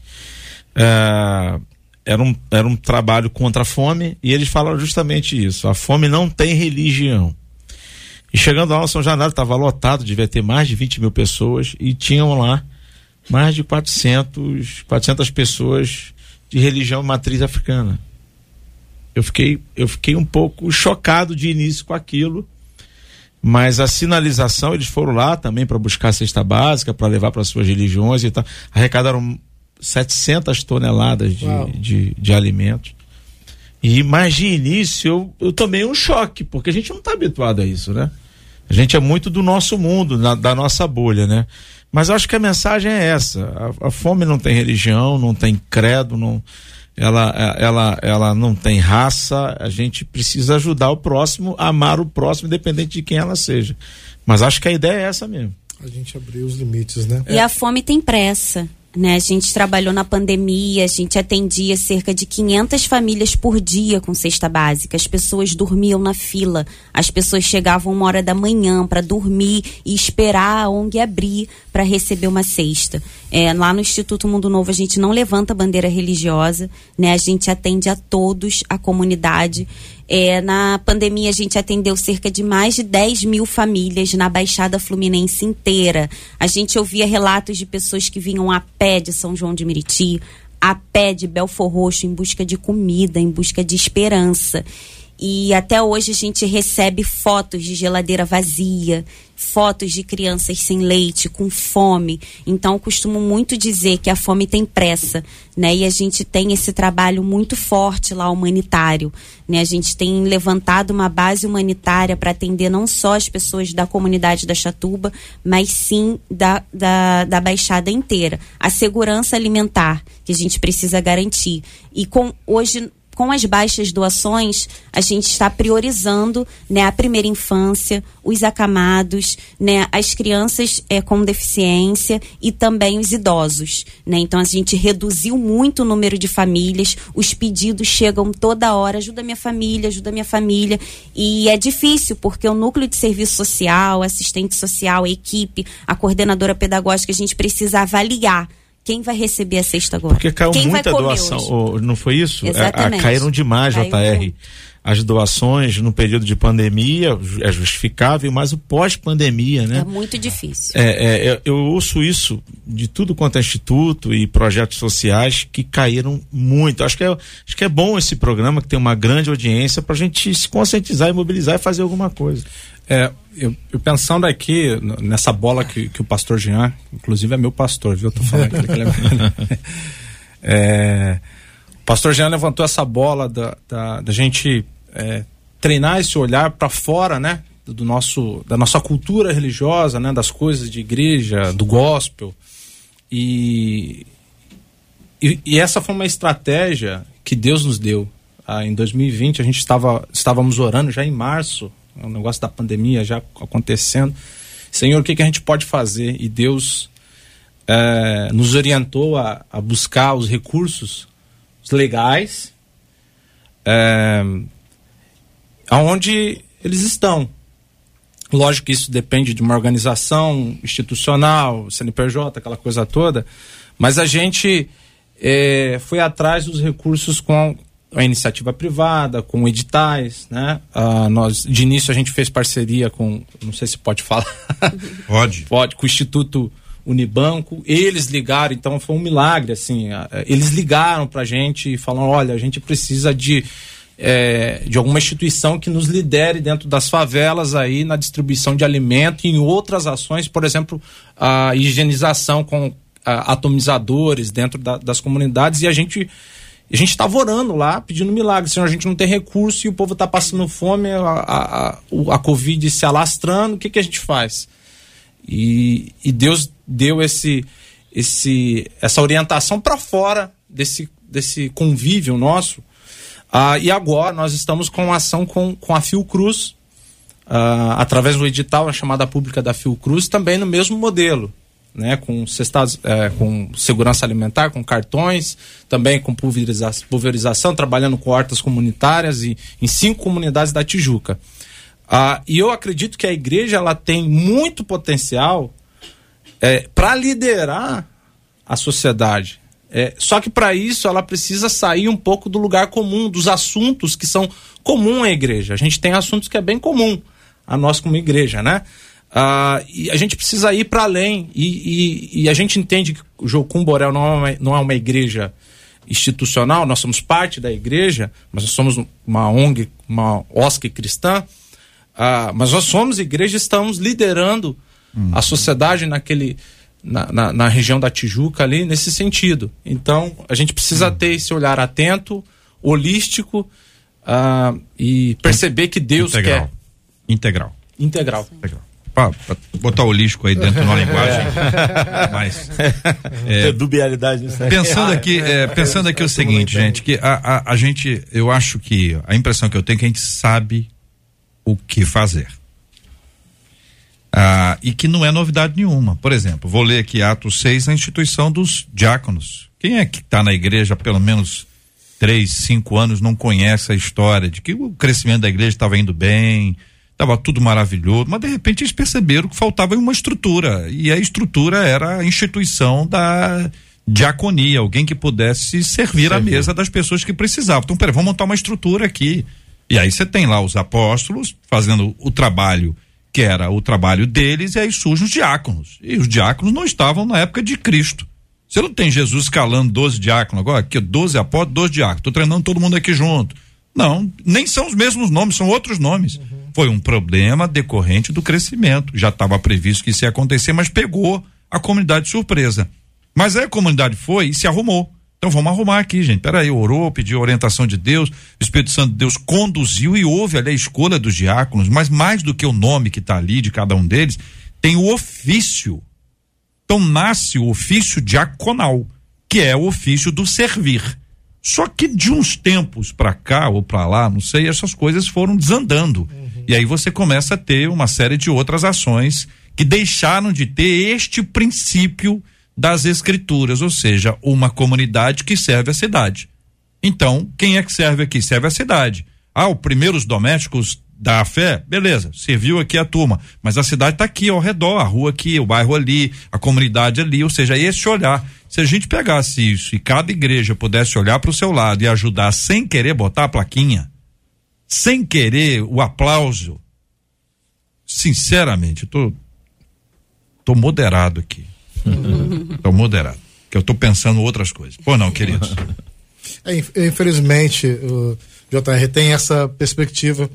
É, era, um, era um trabalho contra a fome, e eles falaram justamente isso, a fome não tem religião. E chegando lá no São Januário, estava lotado, devia ter mais de vinte mil pessoas, e tinham lá mais de quatrocentas, quatrocentas pessoas de religião matriz africana. Eu fiquei, eu fiquei um pouco chocado de início com aquilo, mas a sinalização, eles foram lá também para buscar a cesta básica, para levar para suas religiões e tal, arrecadaram setecentas toneladas de, de, de alimentos, e mas de início eu, eu tomei um choque, porque a gente não está habituado a isso, né? A gente é muito do nosso mundo, na, da nossa bolha, né? Mas eu acho que a mensagem é essa, a, a fome não tem religião, não tem credo, não, ela, ela, ela não tem raça, a gente precisa ajudar o próximo, amar o próximo, independente de quem ela seja. Mas acho que a ideia é essa mesmo. A gente abriu os limites, né? E é. a fome tem pressa. né? A gente trabalhou na pandemia, a gente atendia cerca de quinhentas famílias por dia com cesta básica. As pessoas dormiam na fila, as pessoas chegavam uma hora da manhã para dormir e esperar a O N G abrir para receber uma cesta. É, lá no Instituto Mundo Novo a gente não levanta bandeira religiosa, né? A gente atende a todos, a comunidade. É, na pandemia a gente atendeu cerca de mais de dez mil famílias na Baixada Fluminense inteira. A gente ouvia relatos de pessoas que vinham a pé de São João de Meriti, a pé de Belfor Roxo, em busca de comida, em busca de esperança. E até hoje a gente recebe fotos de geladeira vazia, fotos de crianças sem leite, com fome. Então eu costumo muito dizer que a fome tem pressa, né? E a gente tem esse trabalho muito forte lá humanitário, né? A gente tem levantado uma base humanitária para atender não só as pessoas da comunidade da Chatuba, mas sim da, da, da Baixada inteira. A segurança alimentar que a gente precisa garantir. E com hoje... Com as baixas doações, a gente está priorizando, né, a primeira infância, os acamados, né, as crianças é, com deficiência e também os idosos, né? Então a gente reduziu muito o número de famílias, os pedidos chegam toda hora, ajuda minha família, ajuda minha família, e é difícil porque o núcleo de serviço social, assistente social, a equipe, a coordenadora pedagógica, a gente precisa avaliar quem vai receber a cesta agora? Porque caiu Quem muita doação, ou, não foi isso? Exatamente. A, a, caíram demais, Caiu J R. As doações no período de pandemia é justificável, mas o pós-pandemia, né? É muito difícil. É, é, eu ouço isso de tudo quanto é instituto e projetos sociais que caíram muito. Acho que é, acho que é bom esse programa, que tem uma grande audiência, para a gente se conscientizar e mobilizar e fazer alguma coisa. É, eu, eu pensando aqui nessa bola que, que o pastor Jean, inclusive é meu pastor, viu? Eu tô falando que ele é, é, o pastor Jean levantou essa bola da, da, da gente é, treinar esse olhar para fora, né? Do nosso, da nossa cultura religiosa, né? Das coisas de igreja, do gospel. E, e, e essa foi uma estratégia que Deus nos deu. Ah, em dois mil e vinte a gente estava, estávamos orando já em março, o negócio da pandemia já acontecendo. Senhor, o que, que a gente pode fazer? E Deus é, nos orientou a, a buscar os recursos legais é, aonde eles estão. Lógico que isso depende de uma organização institucional, C N P J, aquela coisa toda, mas a gente é, foi atrás dos recursos com a iniciativa privada, com editais, né? Ah, nós, de início a gente fez parceria com, não sei se pode falar. Pode. Pode, com o Instituto Unibanco. Eles ligaram, então foi um milagre, assim. Eles ligaram pra gente e falaram, olha, a gente precisa de, é, de alguma instituição que nos lidere dentro das favelas aí na distribuição de alimento e em outras ações, por exemplo, a higienização com a, atomizadores dentro da, das comunidades, e a gente A gente estava orando lá, pedindo milagre. Senhor, a gente não tem recurso e o povo está passando fome, a, a, a, a Covid se alastrando, o que, que a gente faz? E, e Deus deu esse, esse, essa orientação para fora desse, desse convívio nosso. Ah, e agora nós estamos com uma ação com, com a Fiocruz, ah, através do edital, a chamada pública da Fiocruz, também no mesmo modelo. Né, com cestas, é, com segurança alimentar, com cartões, também com pulveriza pulverização, trabalhando com hortas comunitárias e em cinco comunidades da Tijuca. Ah, e eu acredito que a igreja ela tem muito potencial é, para liderar a sociedade. É, só que para isso ela precisa sair um pouco do lugar comum, dos assuntos que são comuns à igreja. A gente tem assuntos que é bem comum a nós como igreja, né? Uh, e a gente precisa ir para além e, e, e a gente entende que o Jocum Borel não é, uma, não é uma igreja institucional, nós somos parte da igreja, mas nós somos uma O N G, uma O S C cristã, uh, mas nós somos igreja e estamos liderando hum. a sociedade naquele, na, na, na região da Tijuca ali, nesse sentido. Então a gente precisa hum. ter esse olhar atento, holístico uh, e perceber que Deus Integral. quer Integral. Integral. Integral. Pra, pra botar o holístico aí dentro de uma linguagem mais é, dubialidade, né? pensando aqui é, pensando aqui o seguinte, gente, que a, a, a gente, eu acho que a impressão que eu tenho é que a gente sabe o que fazer. Ah, e que não é novidade nenhuma. Por exemplo, vou ler aqui Atos seis, a instituição dos diáconos. Quem é que está na igreja há pelo menos três, cinco anos não conhece a história de que o crescimento da igreja estava indo bem, estava tudo maravilhoso, mas de repente eles perceberam que faltava uma estrutura, e a estrutura era a instituição da diaconia, alguém que pudesse servir à mesa das pessoas que precisavam. Então, peraí, vamos montar uma estrutura aqui. E aí você tem lá os apóstolos fazendo o trabalho que era o trabalho deles, e aí surgem os diáconos. E os diáconos não estavam na época de Cristo. Você não tem Jesus escalando doze diáconos agora, aqui doze apóstolos, doze diáconos, estou treinando todo mundo aqui junto. Não, nem são os mesmos nomes, são outros nomes. Uhum. Foi um problema decorrente do crescimento. Já estava previsto que isso ia acontecer, mas pegou a comunidade de surpresa. Mas aí a comunidade foi e se arrumou. Então vamos arrumar aqui, gente. Peraí, orou, pediu a orientação de Deus, o Espírito Santo de Deus conduziu e houve ali a escolha dos diáconos, mas mais do que o nome que está ali de cada um deles, tem o ofício. Então nasce o ofício diaconal, que é o ofício do servir. Só que de uns tempos para cá ou para lá, não sei, essas coisas foram desandando. Uhum. E aí você começa a ter uma série de outras ações que deixaram de ter este princípio das escrituras, ou seja, uma comunidade que serve a cidade. Então, quem é que serve aqui? Serve a cidade. Ah, os primeiros domésticos da fé, beleza, serviu aqui a turma, mas a cidade está aqui ao redor, a rua aqui, o bairro ali, a comunidade ali, ou seja, esse olhar. Se a gente pegasse isso e cada igreja pudesse olhar para o seu lado e ajudar sem querer botar a plaquinha, sem querer o aplauso, sinceramente, eu tô, tô moderado aqui. Tô moderado, que eu tô pensando outras coisas. Pô, não, queridos. É, infelizmente, o J R tem essa perspectiva,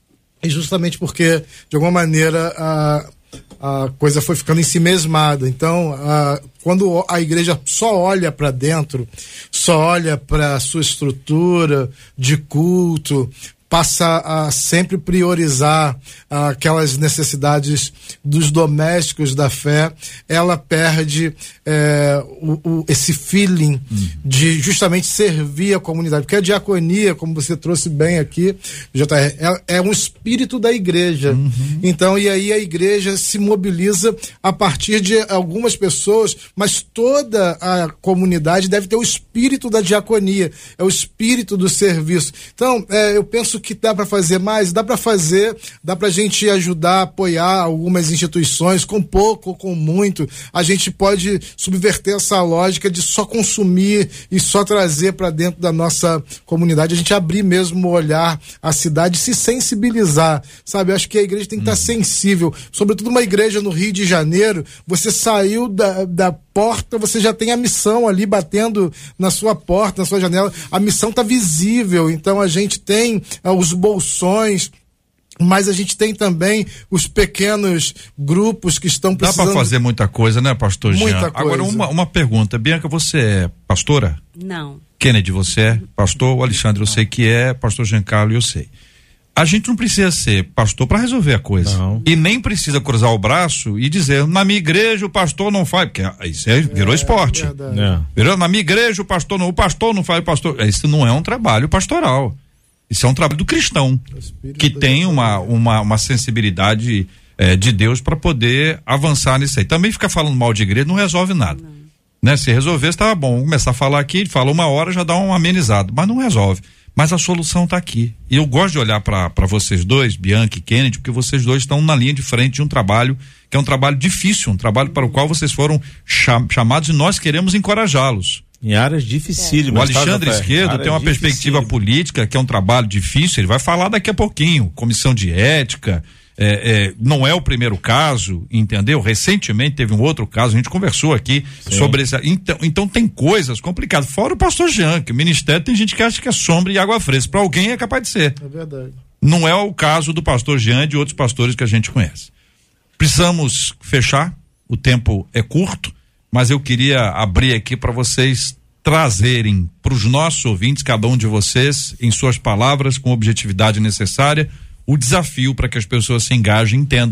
e justamente porque, de alguma maneira, a, a coisa foi ficando em si mesmada. Então, a, quando a igreja só olha para dentro, só olha para a sua estrutura de culto, passa a sempre priorizar ah, aquelas necessidades dos domésticos da fé, ela perde eh, o, o, esse feeling uhum. de justamente servir a comunidade, porque a diaconia, como você trouxe bem aqui, J R, é, é um espírito da igreja. Uhum. Então, e aí a igreja se mobiliza a partir de algumas pessoas, mas toda a comunidade deve ter o espírito da diaconia, é o espírito do serviço. Então, eh, eu penso que dá para fazer mais, dá para fazer, dá para a gente ajudar, apoiar algumas instituições, com pouco ou com muito. A gente pode subverter essa lógica de só consumir e só trazer para dentro da nossa comunidade, a gente abrir mesmo o olhar à cidade, se sensibilizar, sabe? Eu acho que a igreja tem que estar hum. sensível, sobretudo uma igreja no Rio de Janeiro, você saiu da, da porta, você já tem a missão ali batendo na sua porta, na sua janela, a missão está visível, então a gente tem uh, os bolsões, mas a gente tem também os pequenos grupos que estão precisando... Dá para fazer muita coisa, né, pastor Jean? Muita coisa. Agora, uma, uma pergunta. Bianca, você é pastora? Não. Kennedy, você é pastor? O Alexandre, eu sei que é. Pastor Giancarlo, eu sei. A gente não precisa ser pastor para resolver a coisa. Não. E nem precisa cruzar o braço e dizer, na minha igreja o pastor não faz, porque isso é, virou é, esporte. É. Virou, na minha igreja o pastor não, o pastor não faz, o pastor... Isso não é um trabalho pastoral. Isso é um trabalho do cristão, que tem uma, uma, uma sensibilidade eh, de Deus para poder avançar nisso aí. Também ficar falando mal de igreja não resolve nada. Não. Né? Se resolvesse, estava bom. Começar a falar aqui, fala uma hora, já dá um amenizado, mas não resolve. Mas a solução está aqui. E eu gosto de olhar para vocês dois, Bianca e Kennedy, porque vocês dois estão na linha de frente de um trabalho que é um trabalho difícil, um trabalho para o qual vocês foram cham- chamados e nós queremos encorajá-los. Em áreas dificílimas. O Alexandre tá, Esquerdo tem uma perspectiva política que é um trabalho difícil, ele vai falar daqui a pouquinho, comissão de ética, é, é, não é o primeiro caso, entendeu? Recentemente teve um outro caso, a gente conversou aqui Sim. sobre esse, então, então tem coisas complicadas, fora o pastor Jean, que o ministério tem gente que acha que é sombra e água fresca, para alguém é capaz de ser. É verdade. Não é o caso do pastor Jean e de outros pastores que a gente conhece. Precisamos fechar, o tempo é curto, mas eu queria abrir aqui para vocês trazerem para os nossos ouvintes, cada um de vocês, em suas palavras, com a objetividade necessária, o desafio para que as pessoas se engajem e entendam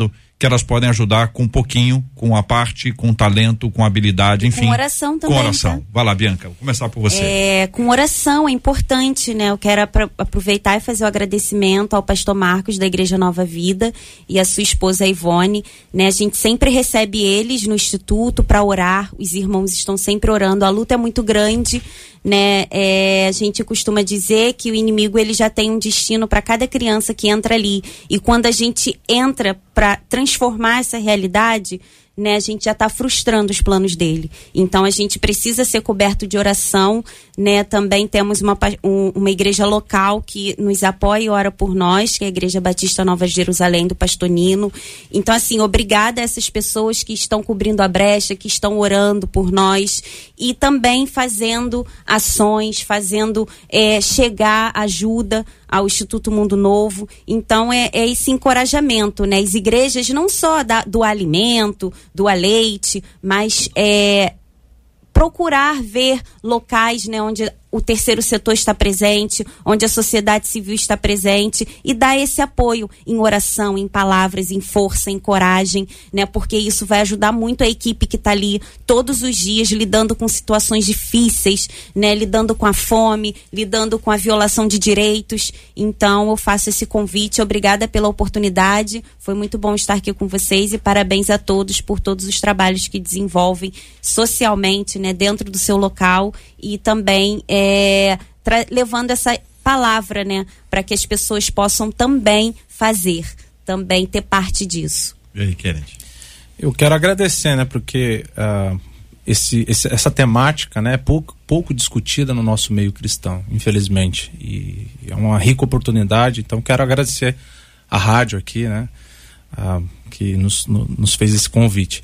que elas podem ajudar com um pouquinho, com a parte, com talento, com habilidade, enfim. Com oração também. Com oração. Tá? Vai lá, Bianca, vou começar por você. É, com oração é importante, né? Eu quero apro- aproveitar e fazer o agradecimento ao pastor Marcos da Igreja Nova Vida e a sua esposa Ivone, né? A gente sempre recebe eles no instituto para orar, os irmãos estão sempre orando, a luta é muito grande, né? É, a gente costuma dizer que o inimigo ele já tem um destino para cada criança que entra ali, e quando a gente entra para transformar essa realidade, né, a gente já está frustrando os planos dele. Então a gente precisa ser coberto de oração, né? Também temos uma, um, uma igreja local que nos apoia e ora por nós, que é a Igreja Batista Nova Jerusalém do Pastor Nino. Então, assim, obrigada a essas pessoas que estão cobrindo a brecha, que estão orando por nós e também fazendo ações, fazendo é, chegar ajuda ao Instituto Mundo Novo. Então é, é esse encorajamento, né? As igrejas não só da, do alimento, do leite, mas é, procurar ver locais, né, onde o terceiro setor está presente, onde a sociedade civil está presente, e dar esse apoio em oração, em palavras, em força, em coragem, né? Porque isso vai ajudar muito a equipe que está ali todos os dias lidando com situações difíceis, né? Lidando com a fome, lidando com a violação de direitos. Então eu faço esse convite, obrigada pela oportunidade, foi muito bom estar aqui com vocês e parabéns a todos por todos os trabalhos que desenvolvem socialmente, né? Dentro do seu local e também é, É, tra- levando essa palavra, né, para que as pessoas possam também fazer, também ter parte disso. E aí, Kennedy? Eu quero agradecer, né, porque uh, esse, esse, essa temática, né, é pouco, pouco discutida no nosso meio cristão, infelizmente, e é uma rica oportunidade. Então quero agradecer a rádio aqui, né, uh, que nos, no, nos fez esse convite.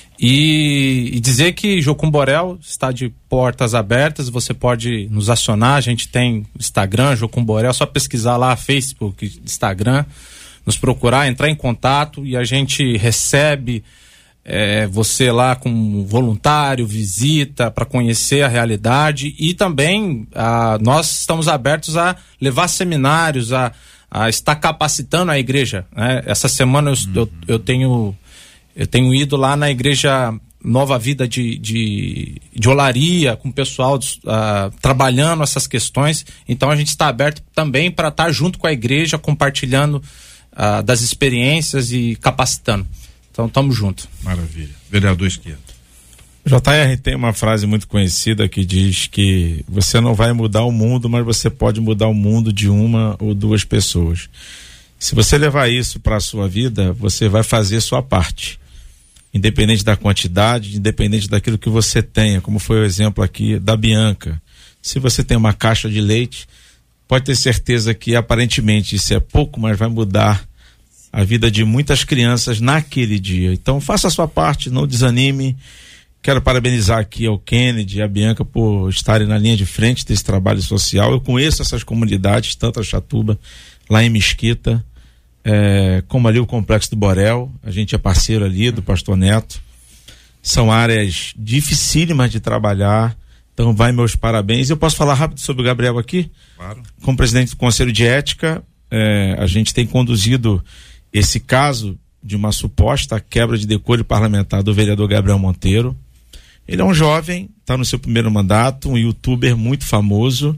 E, e dizer que Jocum Borel está de portas abertas, você pode nos acionar, a gente tem Instagram, Jocum Borel, é só pesquisar lá, Facebook, Instagram, nos procurar, entrar em contato e a gente recebe é, você lá como voluntário, visita para conhecer a realidade e também a, nós estamos abertos a levar seminários, a, a estar capacitando a igreja, né? Essa semana eu, uhum. eu, eu tenho... Eu tenho ido lá na Igreja Nova Vida de, de, de Olaria, com o pessoal uh, trabalhando essas questões. Então a gente está aberto também para estar junto com a igreja, compartilhando uh, das experiências e capacitando. Então estamos juntos. Maravilha. Vereador Esquerdo. J R tem uma frase muito conhecida que diz que você não vai mudar o mundo, mas você pode mudar o mundo de uma ou duas pessoas. Se você levar isso para a sua vida, você vai fazer sua parte. Independente da quantidade, independente daquilo que você tenha, como foi o exemplo aqui da Bianca. Se você tem uma caixa de leite, pode ter certeza que aparentemente isso é pouco, mas vai mudar a vida de muitas crianças naquele dia. Então faça a sua parte, não desanime. Quero parabenizar aqui ao Kennedy e a Bianca por estarem na linha de frente desse trabalho social. Eu conheço essas comunidades, tanto a Chatuba, lá em Mesquita, É, como ali o Complexo do Borel, a gente é parceiro ali do Pastor Neto. São áreas dificílimas de trabalhar, então vai meus parabéns. Eu posso falar rápido sobre o Gabriel aqui? Claro. Como presidente do Conselho de Ética, é, a gente tem conduzido esse caso de uma suposta quebra de decoro parlamentar do vereador Gabriel Monteiro. Ele é um jovem, está no seu primeiro mandato, um youtuber muito famoso.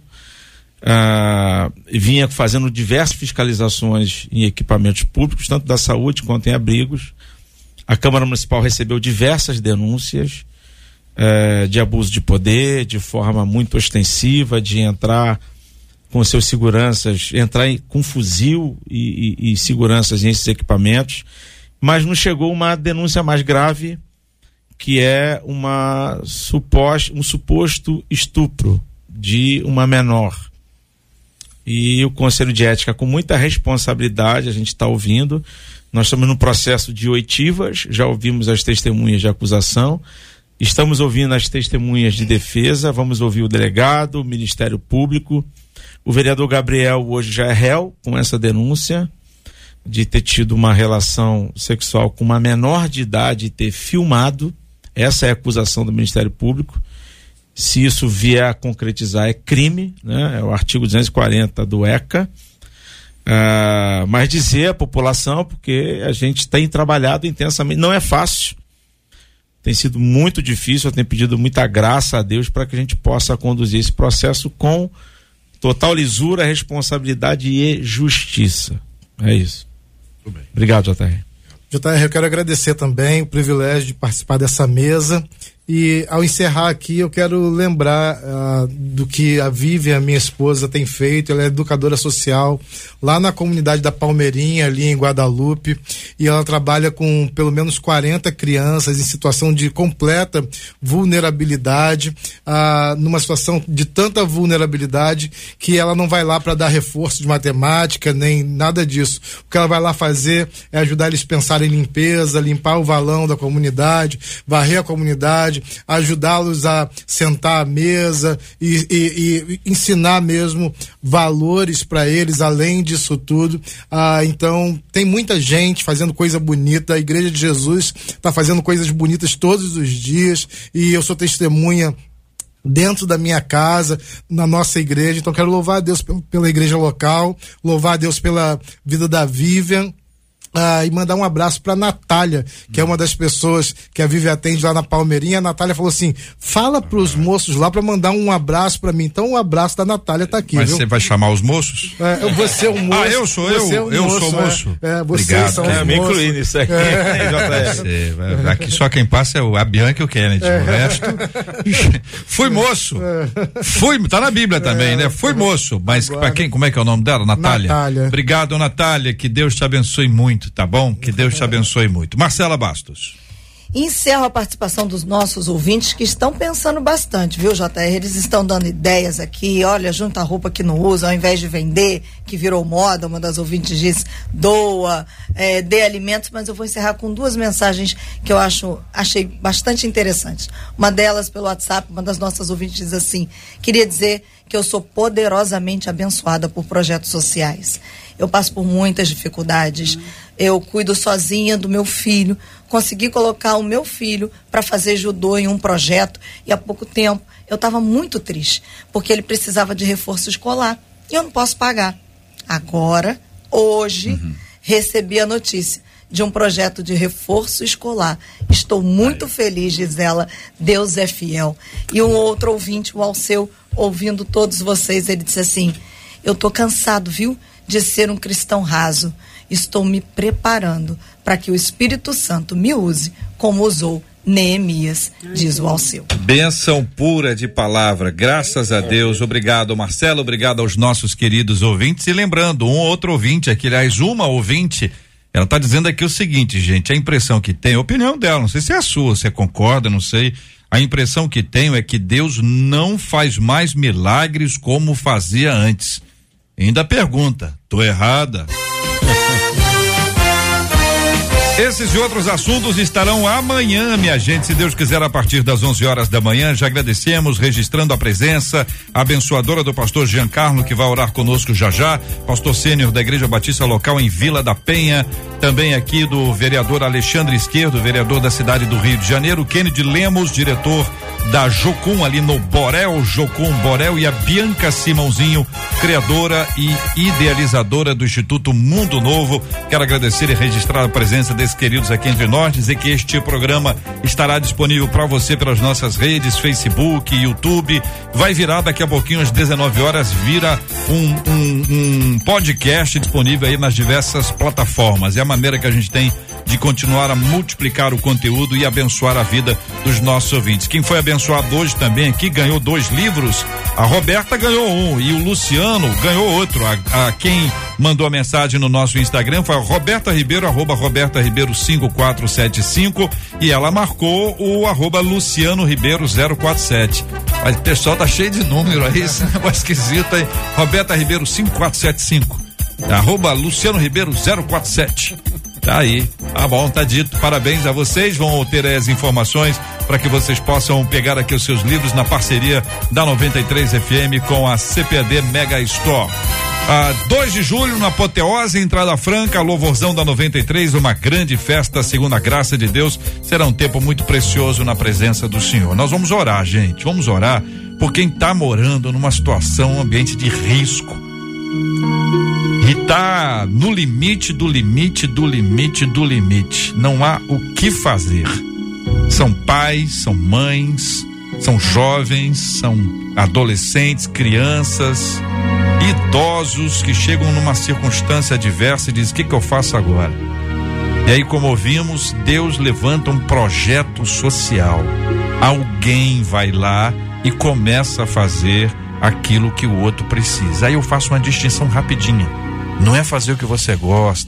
Uh, vinha fazendo diversas fiscalizações em equipamentos públicos, tanto da saúde quanto em abrigos. A Câmara Municipal recebeu diversas denúncias uh, de abuso de poder, de forma muito ostensiva, de entrar com seus seguranças, entrar em, com fuzil e, e, e seguranças nesses equipamentos, mas nos chegou uma denúncia mais grave, que é uma suposto, um suposto estupro de uma menor. E o Conselho de Ética, com muita responsabilidade, a gente está ouvindo. Nós estamos no processo de oitivas, já ouvimos as testemunhas de acusação, estamos ouvindo as testemunhas de defesa, vamos ouvir o delegado, o Ministério Público. O vereador Gabriel hoje já é réu com essa denúncia de ter tido uma relação sexual com uma menor de idade e ter filmado. Essa é a acusação do Ministério Público. Se isso vier a concretizar, é crime, né? É o artigo duzentos e quarenta do E C A. Uh, mas dizer à população, porque a gente tem trabalhado intensamente, não é fácil, tem sido muito difícil, eu tenho pedido muita graça a Deus para que a gente possa conduzir esse processo com total lisura, responsabilidade e justiça. É isso. Obrigado, J R. J R, eu quero agradecer também o privilégio de participar dessa mesa. E ao encerrar aqui, eu quero lembrar uh, do que a Vivian, minha esposa, tem feito. Ela é educadora social lá na comunidade da Palmeirinha, ali em Guadalupe, e ela trabalha com pelo menos quarenta crianças em situação de completa vulnerabilidade, uh, numa situação de tanta vulnerabilidade que ela não vai lá para dar reforço de matemática, nem nada disso. O que ela vai lá fazer é ajudar eles a pensar em limpeza, limpar o valão da comunidade, varrer a comunidade, ajudá-los a sentar à mesa e, e, e ensinar mesmo valores para eles, além disso tudo. Ah, então, tem muita gente fazendo coisa bonita. A Igreja de Jesus está fazendo coisas bonitas todos os dias, e eu sou testemunha dentro da minha casa, na nossa igreja. Então, quero louvar a Deus pela igreja local, louvar a Deus pela vida da Vivian. Ah, e mandar um abraço pra Natália, que é uma das pessoas que a Vivi atende lá na Palmeirinha. A Natália falou assim: fala pros moços lá pra mandar um abraço pra mim. Então, um abraço da Natália tá aqui. Mas viu? Você vai chamar os moços? É, eu vou ser um moço. Ah, eu sou eu? É um eu moço, sou moço. É, é vocês Obrigado, são cara. os Me moços. incluindo isso aqui. É. Você, aqui só quem passa é o, a Bianca e o Kennedy. É. O resto. Fui moço. É. Fui, tá na Bíblia também, é. né? Fui moço. Mas Agora, pra quem, como é que é o nome dela? Natália. Natália. Obrigado, Natália. Que Deus te abençoe muito, tá bom? Que Deus te abençoe muito. Marcela Bastos. Encerro a participação dos nossos ouvintes que estão pensando bastante, viu, J R? Eles estão dando ideias aqui. Olha, junta a roupa que não usa, ao invés de vender, que virou moda, uma das ouvintes disse, doa, é, dê alimentos. Mas eu vou encerrar com duas mensagens que eu acho, achei bastante interessantes. Uma delas pelo WhatsApp, uma das nossas ouvintes diz assim: queria dizer que eu sou poderosamente abençoada por projetos sociais. Eu passo por muitas dificuldades. Eu cuido sozinha do meu filho. Consegui colocar o meu filho para fazer judô em um projeto, e há pouco tempo eu estava muito triste, porque ele precisava de reforço escolar e eu não posso pagar. Agora, hoje, uhum. recebi a notícia de um projeto de reforço escolar. Estou muito Ai. feliz, diz ela. Deus é fiel. E um outro ouvinte, o Alceu, ouvindo todos vocês, ele disse assim: eu tô cansado, viu, de ser um cristão raso. Estou me preparando para que o Espírito Santo me use como usou Neemias, diz o Alceu. Bênção pura de palavra, graças a Deus. Obrigado, Marcelo, obrigado aos nossos queridos ouvintes. E lembrando, um outro ouvinte aqui, aliás, uma ouvinte, ela está dizendo aqui o seguinte, gente, a impressão que tem, a opinião dela, não sei se é a sua, você concorda, não sei, a impressão que tenho é que Deus não faz mais milagres como fazia antes. Ainda pergunta, tô errada? Esses e outros assuntos estarão amanhã, minha gente, se Deus quiser, a partir das onze horas da manhã. Já agradecemos, registrando a presença abençoadora do pastor Giancarlo, que vai orar conosco já já, pastor sênior da Igreja Batista Local em Vila da Penha, também aqui do vereador Alexandre Esquerdo, vereador da cidade do Rio de Janeiro, Kennedy Lemos, diretor da Jocum ali no Borel, Jocum Borel, e a Bianca Simãozinho, criadora e idealizadora do Instituto Mundo Novo. Quero agradecer e registrar a presença desses queridos aqui entre nós, dizer que este programa estará disponível para você pelas nossas redes, Facebook, YouTube, vai virar daqui a pouquinho às dezenove horas, vira um, um, um podcast disponível aí nas diversas plataformas. É a maneira que a gente tem de continuar a multiplicar o conteúdo e abençoar a vida dos nossos ouvintes. Quem foi abençoado hoje também aqui ganhou dois livros, a Roberta ganhou um e o Luciano ganhou outro. A, a quem mandou a mensagem no nosso Instagram foi a Roberta Ribeiro, arroba Roberta Ribeiro cinco quatro sete cinco, e ela marcou o arroba Luciano Ribeiro zero quatro sete. Mas o pessoal tá cheio de número aí, esse negócio esquisito aí. Roberta Ribeiro cinco quatro sete cinco, arroba Luciano Ribeiro zero quatro sete. Tá aí, tá bom, tá dito. Parabéns a vocês, vão ter as informações para que vocês possam pegar aqui os seus livros na parceria da noventa e três F M com a C P D Mega Store. Ah, dois de julho, na Apoteose, entrada franca, louvorzão da noventa e três, uma grande festa, segundo a graça de Deus. Será um tempo muito precioso na presença do Senhor. Nós vamos orar, gente, vamos orar por quem está morando numa situação, um ambiente de risco. E tá no limite do limite do limite do limite. Não há o que fazer. São pais, são mães, são jovens, são adolescentes, crianças, idosos que chegam numa circunstância adversa e dizem: o que, que eu faço agora? E aí, como ouvimos, Deus levanta um projeto social. Alguém vai lá e começa a fazer aquilo que o outro precisa. Aí eu faço uma distinção rapidinha. Não é fazer o que você gosta,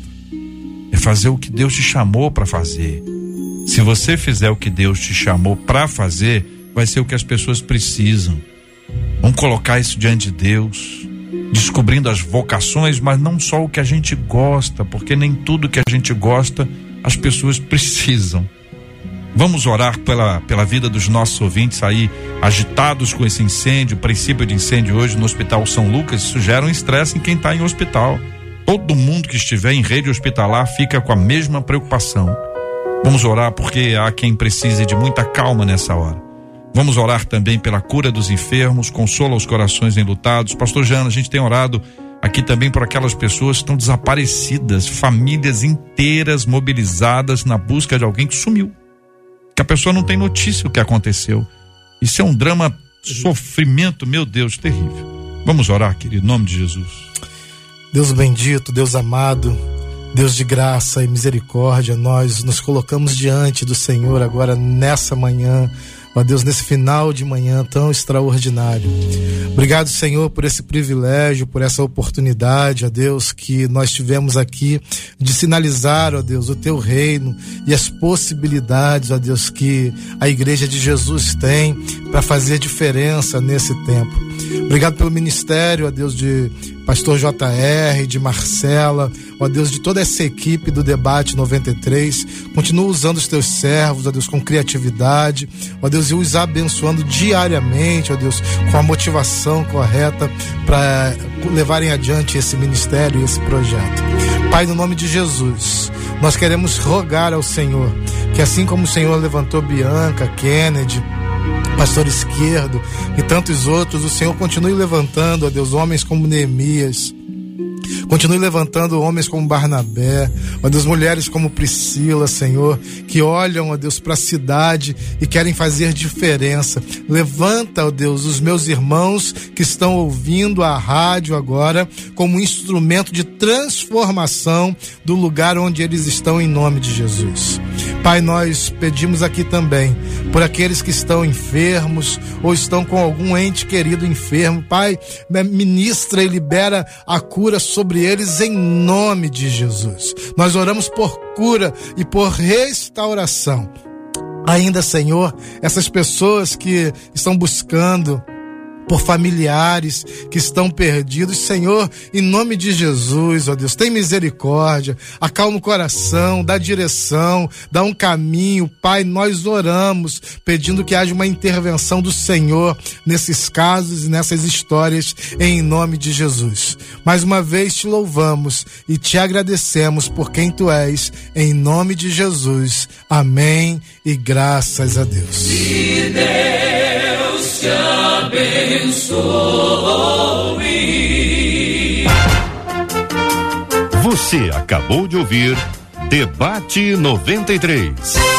é fazer o que Deus te chamou para fazer. Se você fizer o que Deus te chamou para fazer, vai ser o que as pessoas precisam. Vamos colocar isso diante de Deus, descobrindo as vocações, mas não só o que a gente gosta, porque nem tudo que a gente gosta as pessoas precisam. Vamos orar pela, pela vida dos nossos ouvintes aí, agitados com esse incêndio, princípio de incêndio hoje no Hospital São Lucas. Isso gera um estresse em quem está em hospital. Todo mundo que estiver em rede hospitalar fica com a mesma preocupação. Vamos orar porque há quem precise de muita calma nessa hora. Vamos orar também pela cura dos enfermos, consola os corações enlutados. Pastor Jana, a gente tem orado aqui também por aquelas pessoas que estão desaparecidas, famílias inteiras mobilizadas na busca de alguém que sumiu, que a pessoa não tem notícia do que aconteceu. Isso é um drama, sofrimento, meu Deus, terrível. Vamos orar, querido, em nome de Jesus. Deus bendito, Deus amado, Deus de graça e misericórdia, nós nos colocamos diante do Senhor agora nessa manhã, ó Deus, nesse final de manhã tão extraordinário. Obrigado, Senhor, por esse privilégio, por essa oportunidade, ó Deus, que nós tivemos aqui de sinalizar, ó Deus, o teu reino e as possibilidades, ó Deus, que a Igreja de Jesus tem para fazer diferença nesse tempo. Obrigado pelo ministério, ó Deus, de Pastor J R, de Marcela, ó Deus, de toda essa equipe do Debate noventa e três. Continua usando os teus servos, ó Deus, com criatividade, ó Deus, e os abençoando diariamente, ó Deus, com a motivação correta para levarem adiante esse ministério e esse projeto. Pai, no nome de Jesus, nós queremos rogar ao Senhor que, assim como o Senhor levantou Bianca, Kennedy, Pastor Esquerdo e tantos outros, o Senhor continue levantando, ó Deus, homens como Neemias, continue levantando homens como Barnabé, ó Deus, mulheres como Priscila, Senhor, que olham, ó Deus, para a cidade e querem fazer diferença. Levanta, ó Deus, os meus irmãos que estão ouvindo a rádio agora como um instrumento de transformação do lugar onde eles estão, em nome de Jesus. Pai, nós pedimos aqui também por aqueles que estão enfermos ou estão com algum ente querido enfermo. Pai, ministra e libera a cura sobre eles em nome de Jesus. Nós oramos por cura e por restauração. Ainda, Senhor, essas pessoas que estão buscando por familiares que estão perdidos, Senhor, em nome de Jesus, ó Deus, tem misericórdia, acalma o coração, dá direção, dá um caminho. Pai, nós oramos pedindo que haja uma intervenção do Senhor nesses casos e nessas histórias, em nome de Jesus. Mais uma vez te louvamos e te agradecemos por quem tu és, em nome de Jesus. Amém e graças a Deus. Que Deus te abençoe. Você acabou de ouvir Debate noventa e três.